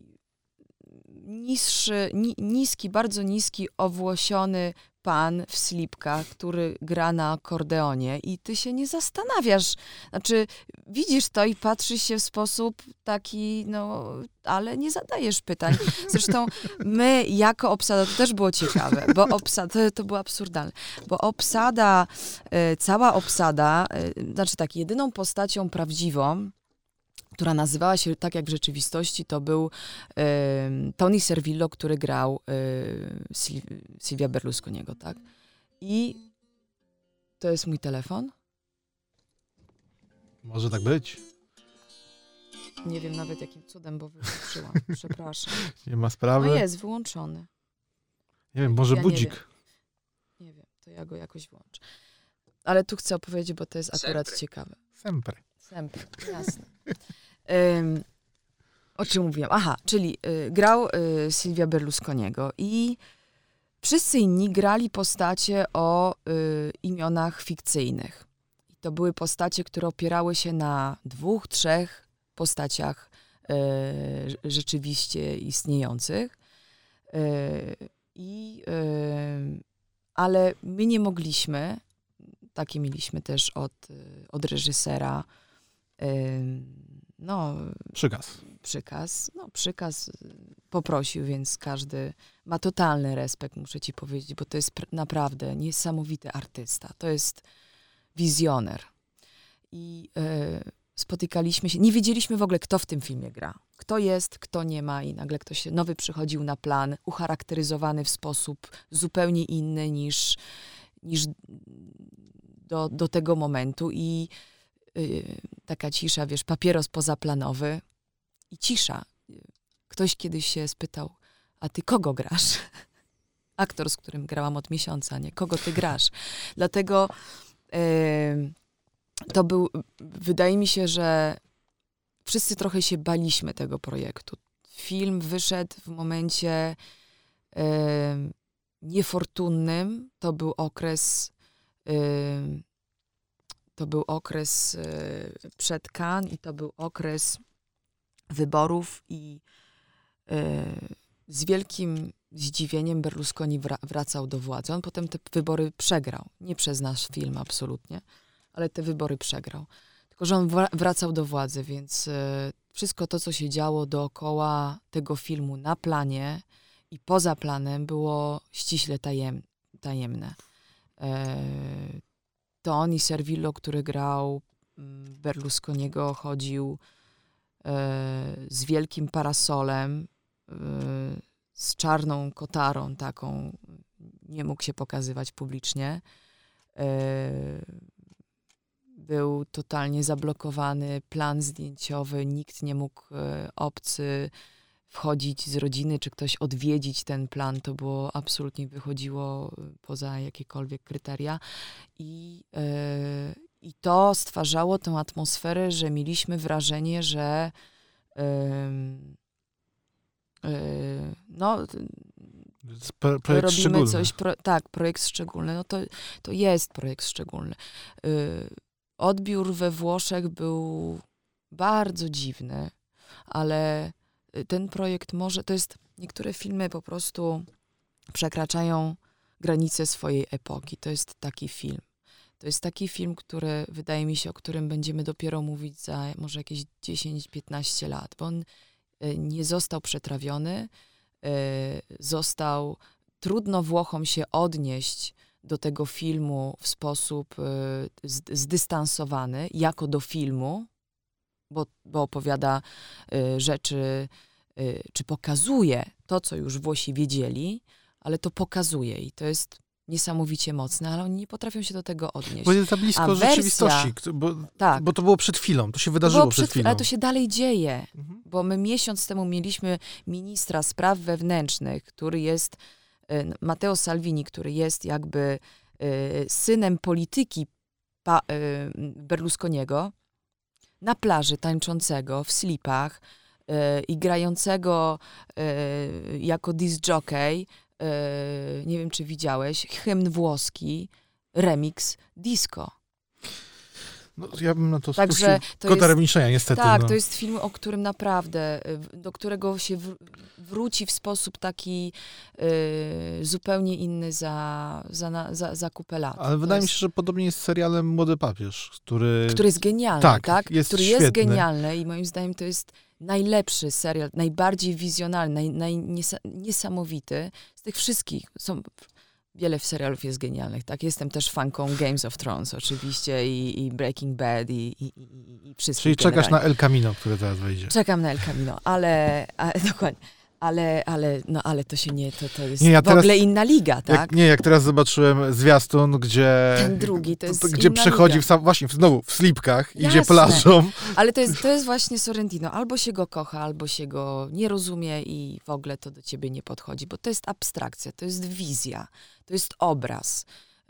niski, bardzo niski, owłosiony pan w slipkach, który gra na akordeonie i ty się nie zastanawiasz. Znaczy, widzisz to i patrzysz się w sposób taki, no, ale nie zadajesz pytań. Zresztą my jako obsada, to też było ciekawe, bo obsada, to było absurdalne, bo obsada, cała obsada, znaczy tak, jedyną postacią prawdziwą, która nazywała się tak jak w rzeczywistości, to był Tony Servillo, który grał Silvia Berlusconiego, tak? I to jest mój telefon. Może tak być. Nie wiem nawet jakim cudem, bo wyłączyłam. Przepraszam. Nie ma sprawy. No jest wyłączony. Nie wiem, może budzik. Nie wiem, to ja go jakoś włączę. Ale tu chcę opowiedzieć, bo to jest akurat ciekawe. Sempre, jasne. O czym mówiłam? Aha, czyli grał Silvia Berlusconiego i wszyscy inni grali postacie o imionach fikcyjnych. I to były postacie, które opierały się na 2, 3 postaciach rzeczywiście istniejących. Ale my nie mogliśmy, takie mieliśmy też od reżysera, przykaz poprosił, więc każdy ma totalny respekt, muszę ci powiedzieć, bo to jest naprawdę niesamowity artysta. To jest wizjoner. I spotykaliśmy się, nie wiedzieliśmy w ogóle, kto w tym filmie gra. Kto jest, kto nie ma i nagle ktoś nowy przychodził na plan, ucharakteryzowany w sposób zupełnie inny niż do tego momentu i taka cisza, wiesz, papieros pozaplanowy i cisza. Ktoś kiedyś się spytał, a ty kogo grasz? Aktor, z którym grałam od miesiąca, nie? Kogo ty grasz? Dlatego to był, wydaje mi się, że wszyscy trochę się baliśmy tego projektu. Film wyszedł w momencie niefortunnym. To był okres przed Cannes i to był okres wyborów i z wielkim zdziwieniem Berlusconi wracał do władzy. On potem te wybory przegrał. Nie przez nasz film absolutnie, ale te wybory przegrał. Tylko że on wracał do władzy, więc wszystko to, co się działo dookoła tego filmu na planie i poza planem było ściśle tajemne. Tony Servillo, który grał Berlusconiego, chodził z wielkim parasolem, z czarną kotarą taką, nie mógł się pokazywać publicznie. Był totalnie zablokowany plan zdjęciowy, nikt nie mógł obcy wchodzić z rodziny, czy ktoś odwiedzić ten plan. To było absolutnie wychodziło poza jakiekolwiek kryteria. I to stwarzało tę atmosferę, że mieliśmy wrażenie, że projekt robimy szczególny. coś, projekt szczególny. No to jest projekt szczególny. Odbiór we Włoszech był bardzo dziwny, ale ten projekt niektóre filmy po prostu przekraczają granice swojej epoki. To jest taki film. To jest taki film, który, wydaje mi się, o którym będziemy dopiero mówić za może jakieś 10-15 lat, bo on nie został przetrawiony, trudno Włochom się odnieść do tego filmu w sposób zdystansowany, jako do filmu, bo opowiada rzeczy, czy pokazuje to, co już Włosi wiedzieli, ale to pokazuje i to jest niesamowicie mocne, ale oni nie potrafią się do tego odnieść. Bo jest za blisko rzeczywistości, bo to było przed chwilą, to się wydarzyło przed chwilą. Ale to się dalej dzieje, bo my miesiąc temu mieliśmy ministra spraw wewnętrznych, który jest Matteo Salvini, który jest jakby synem polityki Berlusconiego, na plaży tańczącego w slipach i grającego jako disc jockey, nie wiem czy widziałeś, hymn włoski, remix disco. No, ja bym na to spuścił kota Reminiszenia, niestety. Tak, to jest film, o którym naprawdę, do którego się wróci w sposób taki zupełnie inny za kupę lat. Ale wydaje mi się, że podobnie jest z serialem Młody Papież, który jest genialny, tak? Jest który świetny. Jest genialny i moim zdaniem to jest najlepszy serial, najbardziej wizjonalny, niesamowity z tych wszystkich. Wiele serialów jest genialnych, tak? Jestem też fanką Games of Thrones oczywiście i Breaking Bad i wszystkich. Czyli czekasz na El Camino, które zaraz wejdzie. Czekam na El Camino, ale dokładnie. Ale to się nie, to jest w ogóle inna liga, tak? Jak teraz zobaczyłem zwiastun, gdzie... Ten drugi, to jest gdzie inna przechodzi liga. właśnie znowu w slipkach, Jasne. idzie plażą. Ale to jest właśnie Sorrentino. Albo się go kocha, albo się go nie rozumie i w ogóle to do ciebie nie podchodzi, bo to jest abstrakcja, to jest wizja, to jest obraz.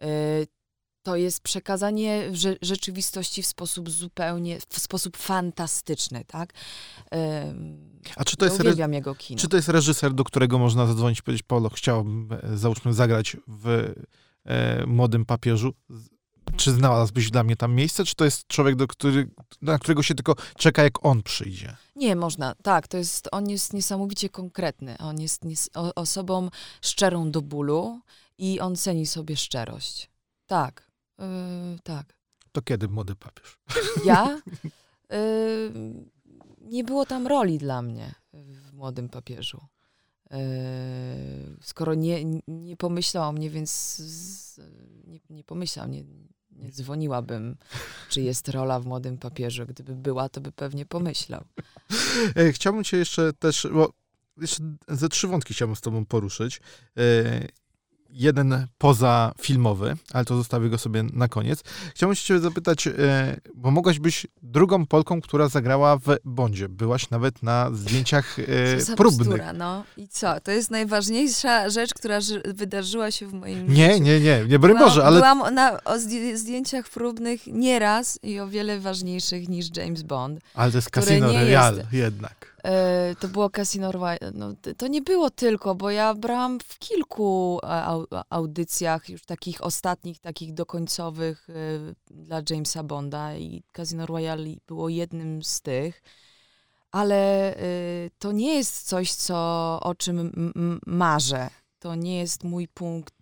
To jest przekazanie rzeczywistości w sposób fantastyczny, tak? A czy to jest uwielbiam jego kino. Czy to jest reżyser, do którego można zadzwonić i powiedzieć, Paulo, chciałbym, załóżmy, zagrać w Młodym Papieżu? Czy znalazłbyś dla mnie tam miejsce? Czy to jest człowiek, na którego się tylko czeka, jak on przyjdzie? Nie, można. Tak, on jest niesamowicie konkretny. On jest osobą szczerą do bólu i on ceni sobie szczerość. Tak. Tak. To kiedy Młody Papież? Ja? Nie było tam roli dla mnie w Młodym Papieżu. Skoro nie pomyślał o mnie, więc nie pomyślał, nie dzwoniłabym, czy jest rola w Młodym Papieżu. Gdyby była, to by pewnie pomyślał. Chciałbym cię jeszcze też, bo jeszcze ze 3 wątki chciałbym z tobą poruszyć. Jeden pozafilmowy, ale to zostawię go sobie na koniec. Chciałbym się ciebie zapytać, bo mogłaś być drugą Polką, która zagrała w Bondzie. Byłaś nawet na zdjęciach próbnych. Bzdura, no. I co? To jest najważniejsza rzecz, która wydarzyła się w moim życiu. Nie, broń Boże, ale... Byłam na zdjęciach próbnych nieraz i o wiele ważniejszych niż James Bond. Ale to jest Casino Royale jednak. To było Casino Royale. No, to nie było tylko, bo ja brałam w kilku audycjach, już takich ostatnich, takich dokońcowych dla Jamesa Bonda i Casino Royale było jednym z tych. Ale to nie jest coś, o czym marzę. To nie jest mój punkt.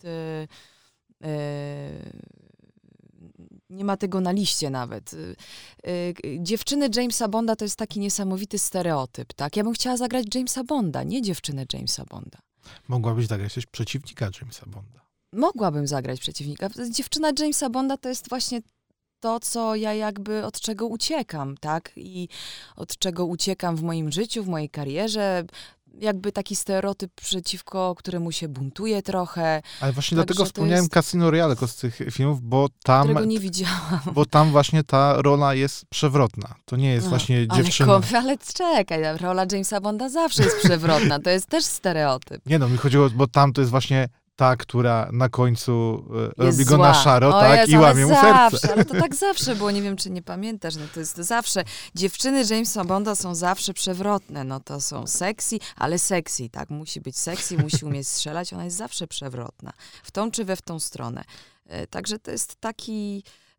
Nie ma tego na liście nawet. Dziewczyny Jamesa Bonda to jest taki niesamowity stereotyp, tak? Ja bym chciała zagrać Jamesa Bonda, nie dziewczynę Jamesa Bonda. Mogłabyś zagrać coś przeciwnika Jamesa Bonda. Mogłabym zagrać przeciwnika. Dziewczyna Jamesa Bonda to jest właśnie to, co ja jakby, od czego uciekam, tak? I od czego uciekam w moim życiu, w mojej karierze. Jakby taki stereotyp, przeciwko któremu się buntuje trochę. Ale właśnie dlatego wspomniałem Casino Royale z tych filmów, bo tam... Którego nie widziałam. Bo tam właśnie ta rola jest przewrotna. To nie jest właśnie dziewczyna. Ale czekaj, rola Jamesa Bonda zawsze jest przewrotna. To jest też stereotyp. Nie no, mi chodziło, bo tam to jest właśnie ta, która na końcu robi go na szaro, tak, i łamie mu serce. Ale to tak zawsze było, nie wiem, czy nie pamiętasz, no to jest zawsze, dziewczyny Jamesa Bonda są zawsze przewrotne, no to są sexy, ale sexy, tak, musi być sexy, musi umieć strzelać, ona jest zawsze przewrotna, w tą czy w tą stronę. Także to jest taki,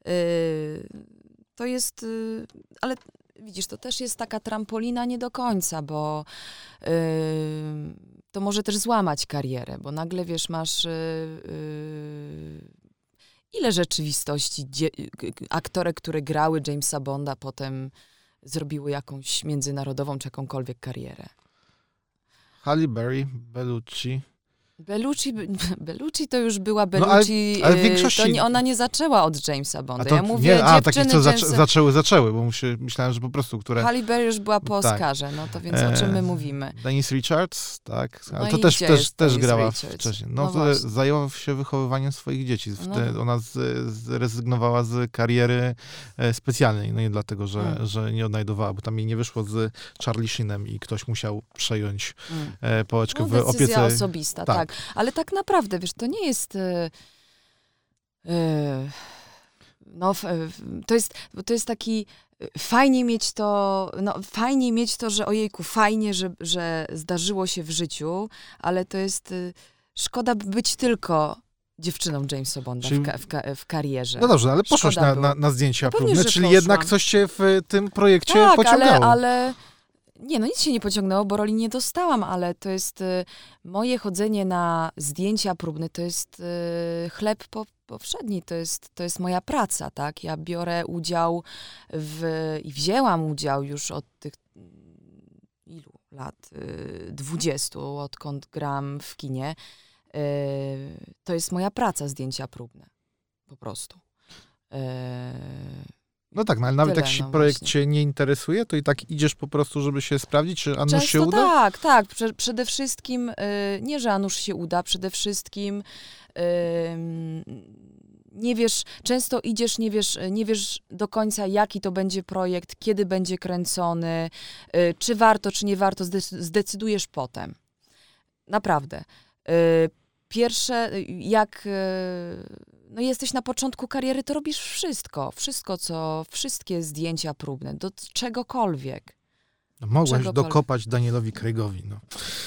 to jest, ale widzisz, to też jest taka trampolina nie do końca, bo to może też złamać karierę, bo nagle, wiesz, masz ile rzeczywistości aktorek, które grały Jamesa Bonda, potem zrobiły jakąś międzynarodową czy jakąkolwiek karierę. Halle Berry, Bellucci. Bellucci to już była Bellucci, ale w większości... ona nie zaczęła od Jamesa Bonda. To, ja mówię takich, co zaczęły, bo myślałem, że po prostu, które... Halle Berry już była po Oscarze, no to więc o czym my mówimy? Denise Richards, tak, ale no to też grała wcześniej. Zajęła się wychowywaniem swoich dzieci. Ona zrezygnowała z kariery specjalnej, no nie dlatego, że nie odnajdowała, bo tam jej nie wyszło z Charlie Sheenem i ktoś musiał przejąć pałeczkę w opiece. Decyzja osobista, tak. Ale tak naprawdę, wiesz, to nie jest... to jest taki... Fajnie mieć to, że ojejku, fajnie, że zdarzyło się w życiu, ale to jest... Szkoda być tylko dziewczyną Jamesa Bonda w karierze. No dobrze, ale poszłaś na zdjęcia próbne, czyli jednak coś cię w tym projekcie pociągało. ale nie, no nic się nie pociągnęło, bo roli nie dostałam, ale to jest moje chodzenie na zdjęcia próbne, to jest chleb powszedni, to jest moja praca, tak? Ja biorę udział i wzięłam udział już od tych ilu lat? 20, odkąd gram w kinie. To jest moja praca, zdjęcia próbne. Po prostu. No tak, no ale nawet jak się projekt cię nie interesuje, to i tak idziesz po prostu, żeby się sprawdzić, czy a nuż się uda? Tak. Przede wszystkim, nie, że a nuż się uda, przede wszystkim nie wiesz, często idziesz, nie wiesz do końca, jaki to będzie projekt, kiedy będzie kręcony, czy warto, czy nie warto, zdecydujesz potem. Naprawdę. Pierwsze, jak jesteś na początku kariery, to robisz wszystkie zdjęcia próbne, do czegokolwiek. No, mogłaś dokopać Danielowi Craigowi, no.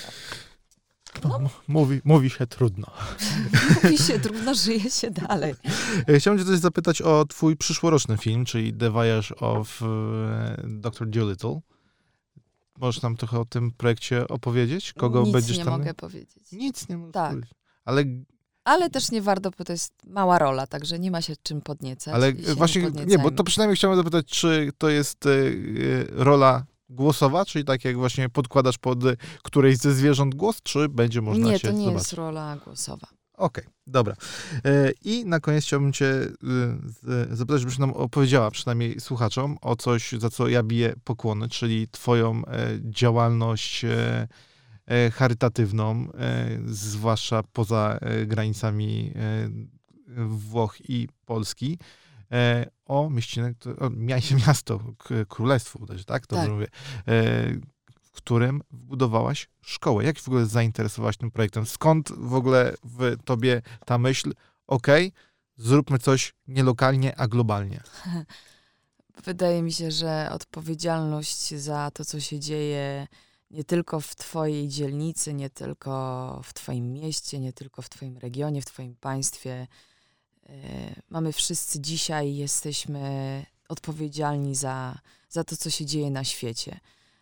Mówi się trudno. Mówi się trudno, żyje się dalej. Chciałem cię coś zapytać o twój przyszłoroczny film, czyli The Voyage of Dr. Dolittle. Możesz nam trochę o tym projekcie opowiedzieć? Kogo będziesz tam? Nic nie mogę powiedzieć. Nic nie możesz powiedzieć. Ale też nie warto, bo to jest mała rola, także nie ma się czym podniecać. Ale właśnie, nie, bo to przynajmniej chciałem zapytać, czy to jest rola głosowa, czyli tak jak właśnie podkładasz pod którejś ze zwierząt głos, czy będzie można się zobaczyć? Nie, to nie jest rola głosowa. Okej, dobra. I na koniec chciałbym cię zapytać, żebyś nam opowiedziała, przynajmniej słuchaczom, o coś, za co ja biję pokłony, czyli twoją działalność charytatywną, zwłaszcza poza granicami Włoch i Polski, o mieścinę, miasto, królestwo, tak? Dobrze mówię. W którym wbudowałaś szkołę. Jak w ogóle zainteresowałaś tym projektem? Skąd w ogóle w tobie ta myśl, zróbmy coś nie lokalnie, a globalnie? Wydaje mi się, że odpowiedzialność za to, co się dzieje nie tylko w twojej dzielnicy, nie tylko w twoim mieście, nie tylko w twoim regionie, w twoim państwie. Mamy wszyscy dzisiaj, jesteśmy odpowiedzialni za to, co się dzieje na świecie.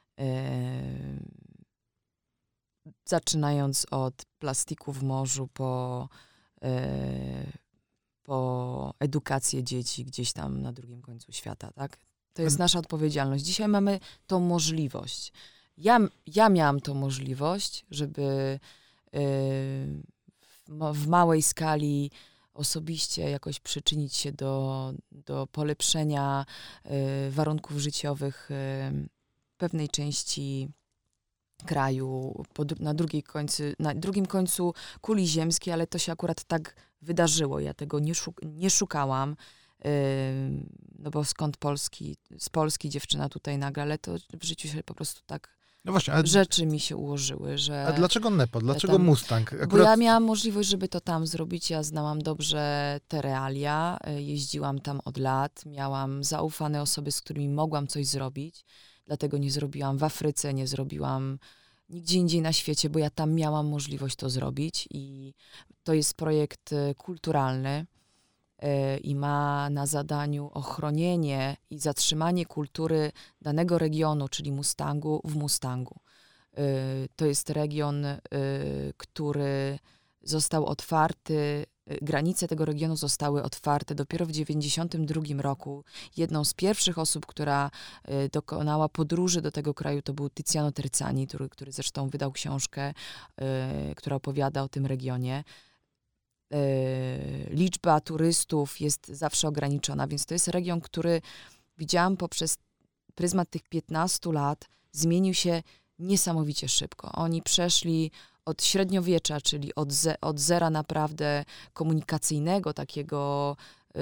Zaczynając od plastiku w morzu, po edukację dzieci gdzieś tam na drugim końcu świata, tak? To jest nasza odpowiedzialność. Dzisiaj mamy tą możliwość. Ja miałam tą możliwość, żeby w małej skali osobiście jakoś przyczynić się do polepszenia warunków życiowych pewnej części kraju, na drugim końcu kuli ziemskiej, ale to się akurat tak wydarzyło. Ja tego nie szukałam, no bo skąd z Polski dziewczyna tutaj nagle, ale to w życiu się po prostu tak rzeczy mi się ułożyły, że... A dlaczego Nepo? Dlaczego Mustang? Bo ja miałam możliwość, żeby to tam zrobić. Ja znałam dobrze te realia, jeździłam tam od lat, miałam zaufane osoby, z którymi mogłam coś zrobić. Dlatego nie zrobiłam w Afryce, nie zrobiłam nigdzie indziej na świecie, bo ja tam miałam możliwość to zrobić. I to jest projekt kulturalny i ma na zadaniu ochronienie i zatrzymanie kultury danego regionu, czyli Mustangu, w Mustangu. To jest region, który został otwarty granice tego regionu zostały otwarte dopiero w 1992 roku. Jedną z pierwszych osób, która dokonała podróży do tego kraju, to był Tiziano Terzani, który zresztą wydał książkę, która opowiada o tym regionie. Liczba turystów jest zawsze ograniczona, więc to jest region, który widziałam poprzez pryzmat tych 15 lat, zmienił się niesamowicie szybko. Oni przeszli od średniowiecza, czyli od zera naprawdę komunikacyjnego, takiego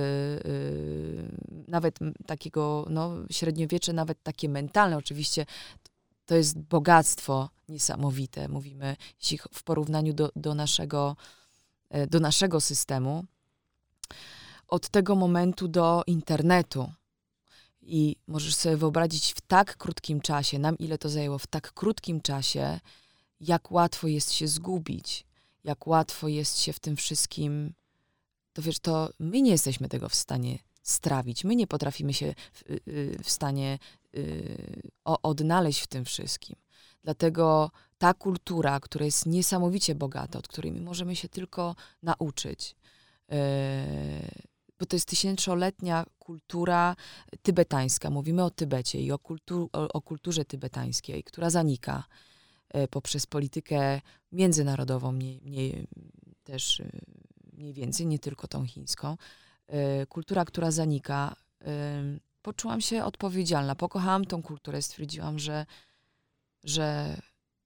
nawet takiego, średniowiecze, nawet takie mentalne. Oczywiście to jest bogactwo niesamowite, mówimy, jeśli w porównaniu do naszego systemu. Od tego momentu do internetu. I możesz sobie wyobrazić w tak krótkim czasie, ile to zajęło w tak krótkim czasie, jak łatwo jest się zgubić, jak łatwo jest się w tym wszystkim, to wiesz, to my nie jesteśmy tego w stanie strawić, my nie potrafimy się w stanie odnaleźć w tym wszystkim. Dlatego ta kultura, która jest niesamowicie bogata, od której my możemy się tylko nauczyć, bo to jest tysięczoletnia kultura tybetańska. Mówimy o Tybecie i o kulturze tybetańskiej, która zanika poprzez politykę międzynarodową, też mniej więcej, nie tylko tą chińską. Kultura, która zanika. Poczułam się odpowiedzialna. Pokochałam tą kulturę. Stwierdziłam, że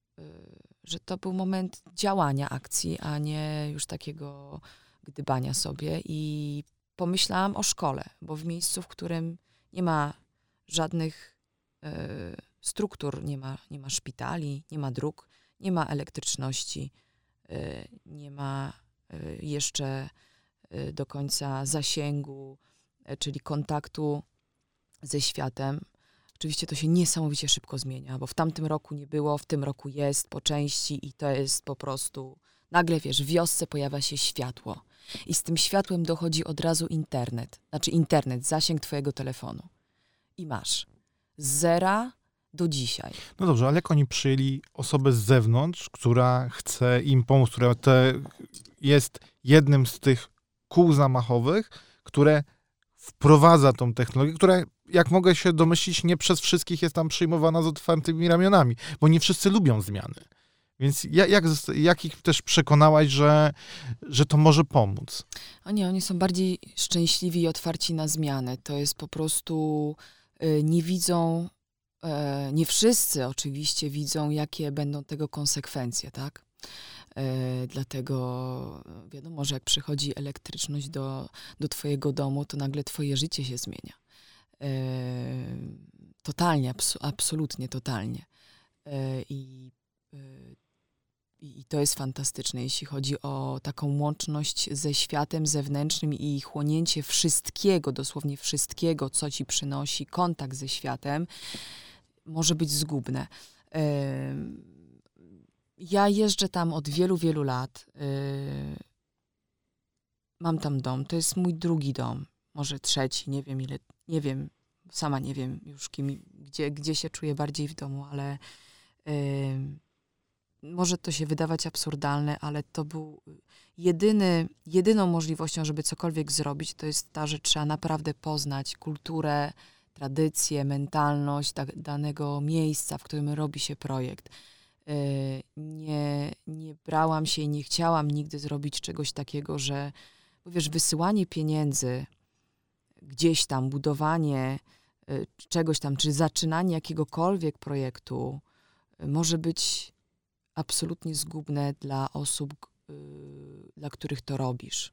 to był moment działania, akcji, a nie już takiego gdybania sobie. I pomyślałam o szkole, bo w miejscu, w którym nie ma żadnych struktur, nie ma szpitali, nie ma dróg, nie ma elektryczności, nie ma jeszcze do końca zasięgu, czyli kontaktu ze światem. Oczywiście to się niesamowicie szybko zmienia, bo w tamtym roku nie było, w tym roku jest po części i to jest po prostu, nagle wiesz, w wiosce pojawia się światło i z tym światłem dochodzi od razu internet, zasięg twojego telefonu i masz z zera do dzisiaj. No dobrze, ale jak oni przyjęli osobę z zewnątrz, która chce im pomóc, która jest jednym z tych kół zamachowych, które wprowadza tą technologię, która, jak mogę się domyślić, nie przez wszystkich jest tam przyjmowana z otwartymi ramionami, bo nie wszyscy lubią zmiany. Więc jak ich też przekonałaś, że to może pomóc? Oni są bardziej szczęśliwi i otwarci na zmiany. To jest po prostu, nie widzą, nie wszyscy oczywiście widzą, jakie będą tego konsekwencje, tak? Dlatego wiadomo, że jak przychodzi elektryczność do twojego domu, to nagle twoje życie się zmienia. Totalnie, absolutnie totalnie. I to jest fantastyczne, jeśli chodzi o taką łączność ze światem zewnętrznym i chłonięcie wszystkiego, dosłownie wszystkiego, co ci przynosi kontakt ze światem, może być zgubne. Ja jeżdżę tam od wielu, wielu lat. Mam tam dom. To jest mój drugi dom. Może trzeci, nie wiem ile, nie wiem, sama nie wiem już gdzie się czuję bardziej w domu, ale może to się wydawać absurdalne, ale to był jedyną możliwością, żeby cokolwiek zrobić, to jest ta, że trzeba naprawdę poznać kulturę, tradycję, mentalność danego miejsca, w którym robi się projekt. Nie brałam się i nie chciałam nigdy zrobić czegoś takiego, że wiesz, wysyłanie pieniędzy gdzieś tam, budowanie czegoś tam, czy zaczynanie jakiegokolwiek projektu może być absolutnie zgubne dla osób, dla których to robisz.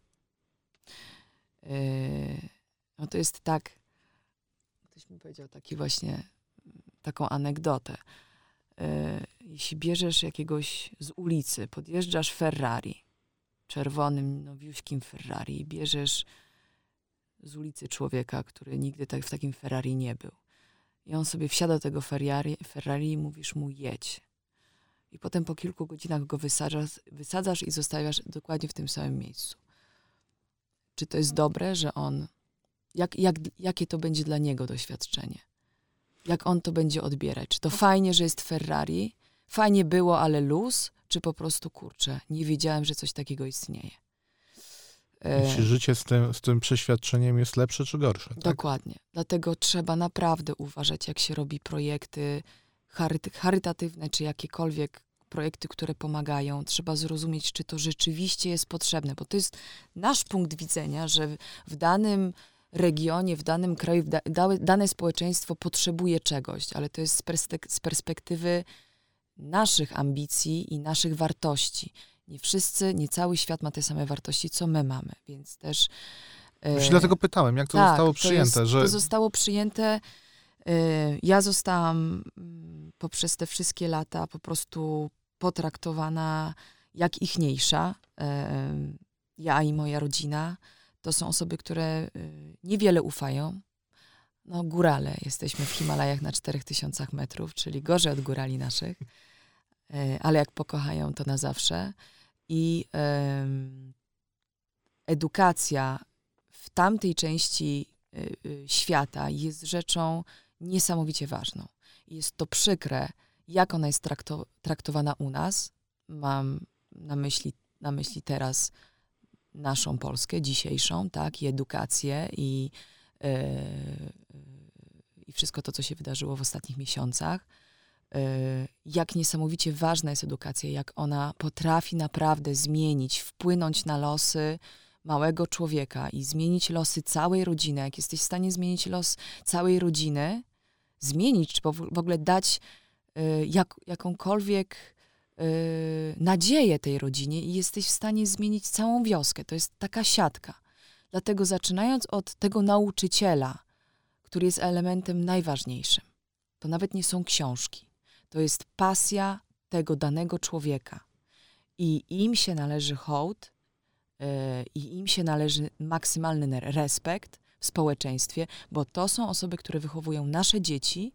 No to jest tak, ktoś mi powiedział taką anegdotę. Jeśli bierzesz jakiegoś z ulicy, podjeżdżasz Ferrari, czerwonym, nowiuśkim Ferrari i bierzesz z ulicy człowieka, który nigdy w takim Ferrari nie był. I on sobie wsiada do tego Ferrari i mówisz mu jedź. I potem po kilku godzinach go wysadzasz i zostawiasz dokładnie w tym samym miejscu. Czy to jest dobre, że on... Jakie to będzie dla niego doświadczenie? Jak on to będzie odbierać? Czy to fajnie, że jest Ferrari? Fajnie było, ale luz? Czy po prostu, kurczę, nie wiedziałem, że coś takiego istnieje? Czy życie z tym przeświadczeniem jest lepsze czy gorsze? Tak? Dokładnie. Dlatego trzeba naprawdę uważać, jak się robi projekty charytatywne, czy jakiekolwiek projekty, które pomagają. Trzeba zrozumieć, czy to rzeczywiście jest potrzebne, bo to jest nasz punkt widzenia, że w danym regionie, w danym kraju, dane społeczeństwo potrzebuje czegoś, ale to jest z perspektywy naszych ambicji i naszych wartości. Nie cały świat ma te same wartości, co my mamy, więc też... Właśnie dlatego pytałem, jak to zostało przyjęte? To zostało przyjęte. Ja zostałam poprzez te wszystkie lata po prostu potraktowana jak ichniejsza. Ja i moja rodzina to są osoby, które niewiele ufają. No, górale. Jesteśmy w Himalajach na 4000 metrów, czyli gorzej od górali naszych. Ale jak pokochają, to na zawsze. I edukacja w tamtej części świata jest rzeczą niesamowicie ważną. Jest to przykre, jak ona jest traktowana u nas. Mam na myśli teraz naszą Polskę, dzisiejszą, tak, i edukację, i wszystko to, co się wydarzyło w ostatnich miesiącach. Jak niesamowicie ważna jest edukacja, jak ona potrafi naprawdę zmienić, wpłynąć na losy małego człowieka i zmienić losy całej rodziny. Jak jesteś w stanie zmienić los całej rodziny, zmienić, czy w ogóle dać jakąkolwiek nadzieję tej rodzinie i jesteś w stanie zmienić całą wioskę. To jest taka siatka. Dlatego zaczynając od tego nauczyciela, który jest elementem najważniejszym, to nawet nie są książki. To jest pasja tego danego człowieka. I im się należy hołd, i im się należy maksymalny respekt w społeczeństwie, bo to są osoby, które wychowują nasze dzieci,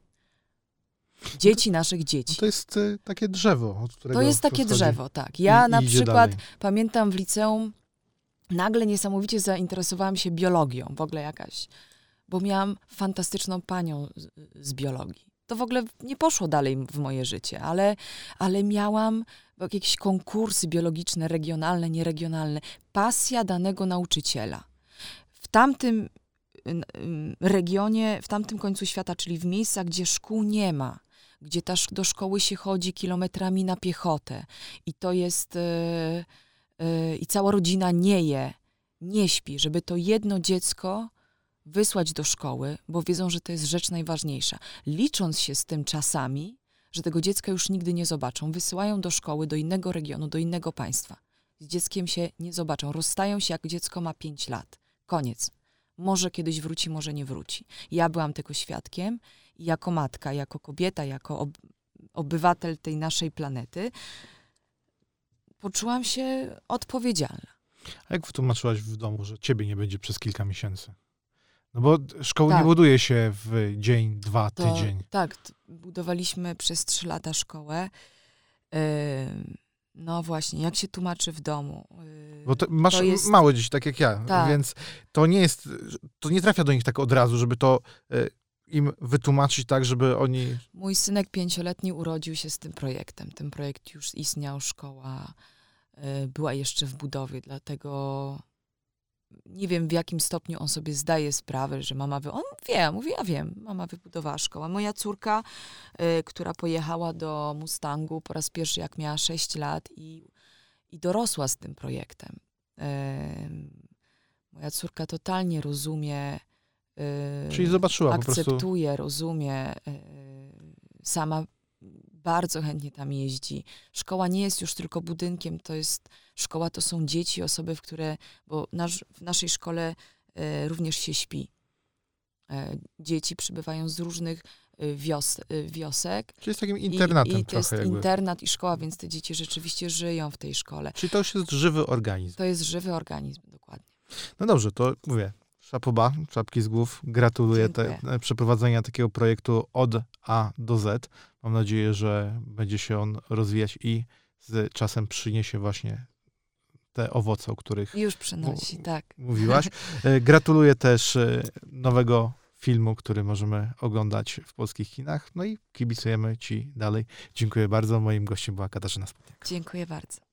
naszych dzieci. To jest takie drzewo, od którego to jest takie drzewo, tak. Ja na przykład pamiętam w liceum nagle niesamowicie zainteresowałam się biologią, w ogóle jakaś, bo miałam fantastyczną panią z biologii. To w ogóle nie poszło dalej w moje życie, ale miałam jakieś konkursy biologiczne, regionalne, nieregionalne. Pasja danego nauczyciela. W tamtym regionie, w tamtym końcu świata, czyli w miejscach, gdzie szkół nie ma, gdzie do szkoły się chodzi kilometrami na piechotę i to jest i cała rodzina nie śpi, żeby to jedno dziecko wysłać do szkoły, bo wiedzą, że to jest rzecz najważniejsza. Licząc się z tym czasami, że tego dziecka już nigdy nie zobaczą, wysyłają do szkoły, do innego regionu, do innego państwa. Z dzieckiem się nie zobaczą. Rozstają się, jak dziecko ma 5 lat. Koniec. Może kiedyś wróci, może nie wróci. Ja byłam tego świadkiem i jako matka, jako kobieta, jako obywatel tej naszej planety poczułam się odpowiedzialna. A jak wytłumaczyłaś w domu, że ciebie nie będzie przez kilka miesięcy? No bo szkoły nie buduje się w dzień, 2, tydzień. Tak, budowaliśmy przez 3 lata szkołę. No właśnie, jak się tłumaczy w domu? Bo masz małe dzieci, tak jak ja, tak. Więc to nie trafia do nich tak od razu, żeby to im wytłumaczyć tak, żeby oni... Mój synek 5-letni urodził się z tym projektem. Ten projekt już istniał, szkoła była jeszcze w budowie, dlatego nie wiem, w jakim stopniu on sobie zdaje sprawę, że mama... On wie, mówi, ja wiem, mama wybudowała szkołę. Moja córka, która pojechała do Mustangu po raz pierwszy, jak miała 6 lat i dorosła z tym projektem. Moja córka totalnie rozumie, czyli zobaczyła akceptuje, po prostu... rozumie, sama bardzo chętnie tam jeździ. Szkoła nie jest już tylko budynkiem, szkoła to są dzieci, osoby, bo w naszej szkole również się śpi. Dzieci przybywają z różnych wiosek. Czyli jest takim internatem i to trochę. Jest internat i szkoła, więc te dzieci rzeczywiście żyją w tej szkole. Czyli to już jest żywy organizm. To jest żywy organizm, dokładnie. No dobrze, to mówię, szapoba, czapki z głów. Gratuluję przeprowadzenia takiego projektu od A do Z. Mam nadzieję, że będzie się on rozwijać i z czasem przyniesie właśnie te owoce, o których już przynosi, tak. mówiłaś. Gratuluję też nowego filmu, który możemy oglądać w polskich kinach. No i kibicujemy ci dalej. Dziękuję bardzo. Moim gościem była Katarzyna Sputniak. Dziękuję bardzo.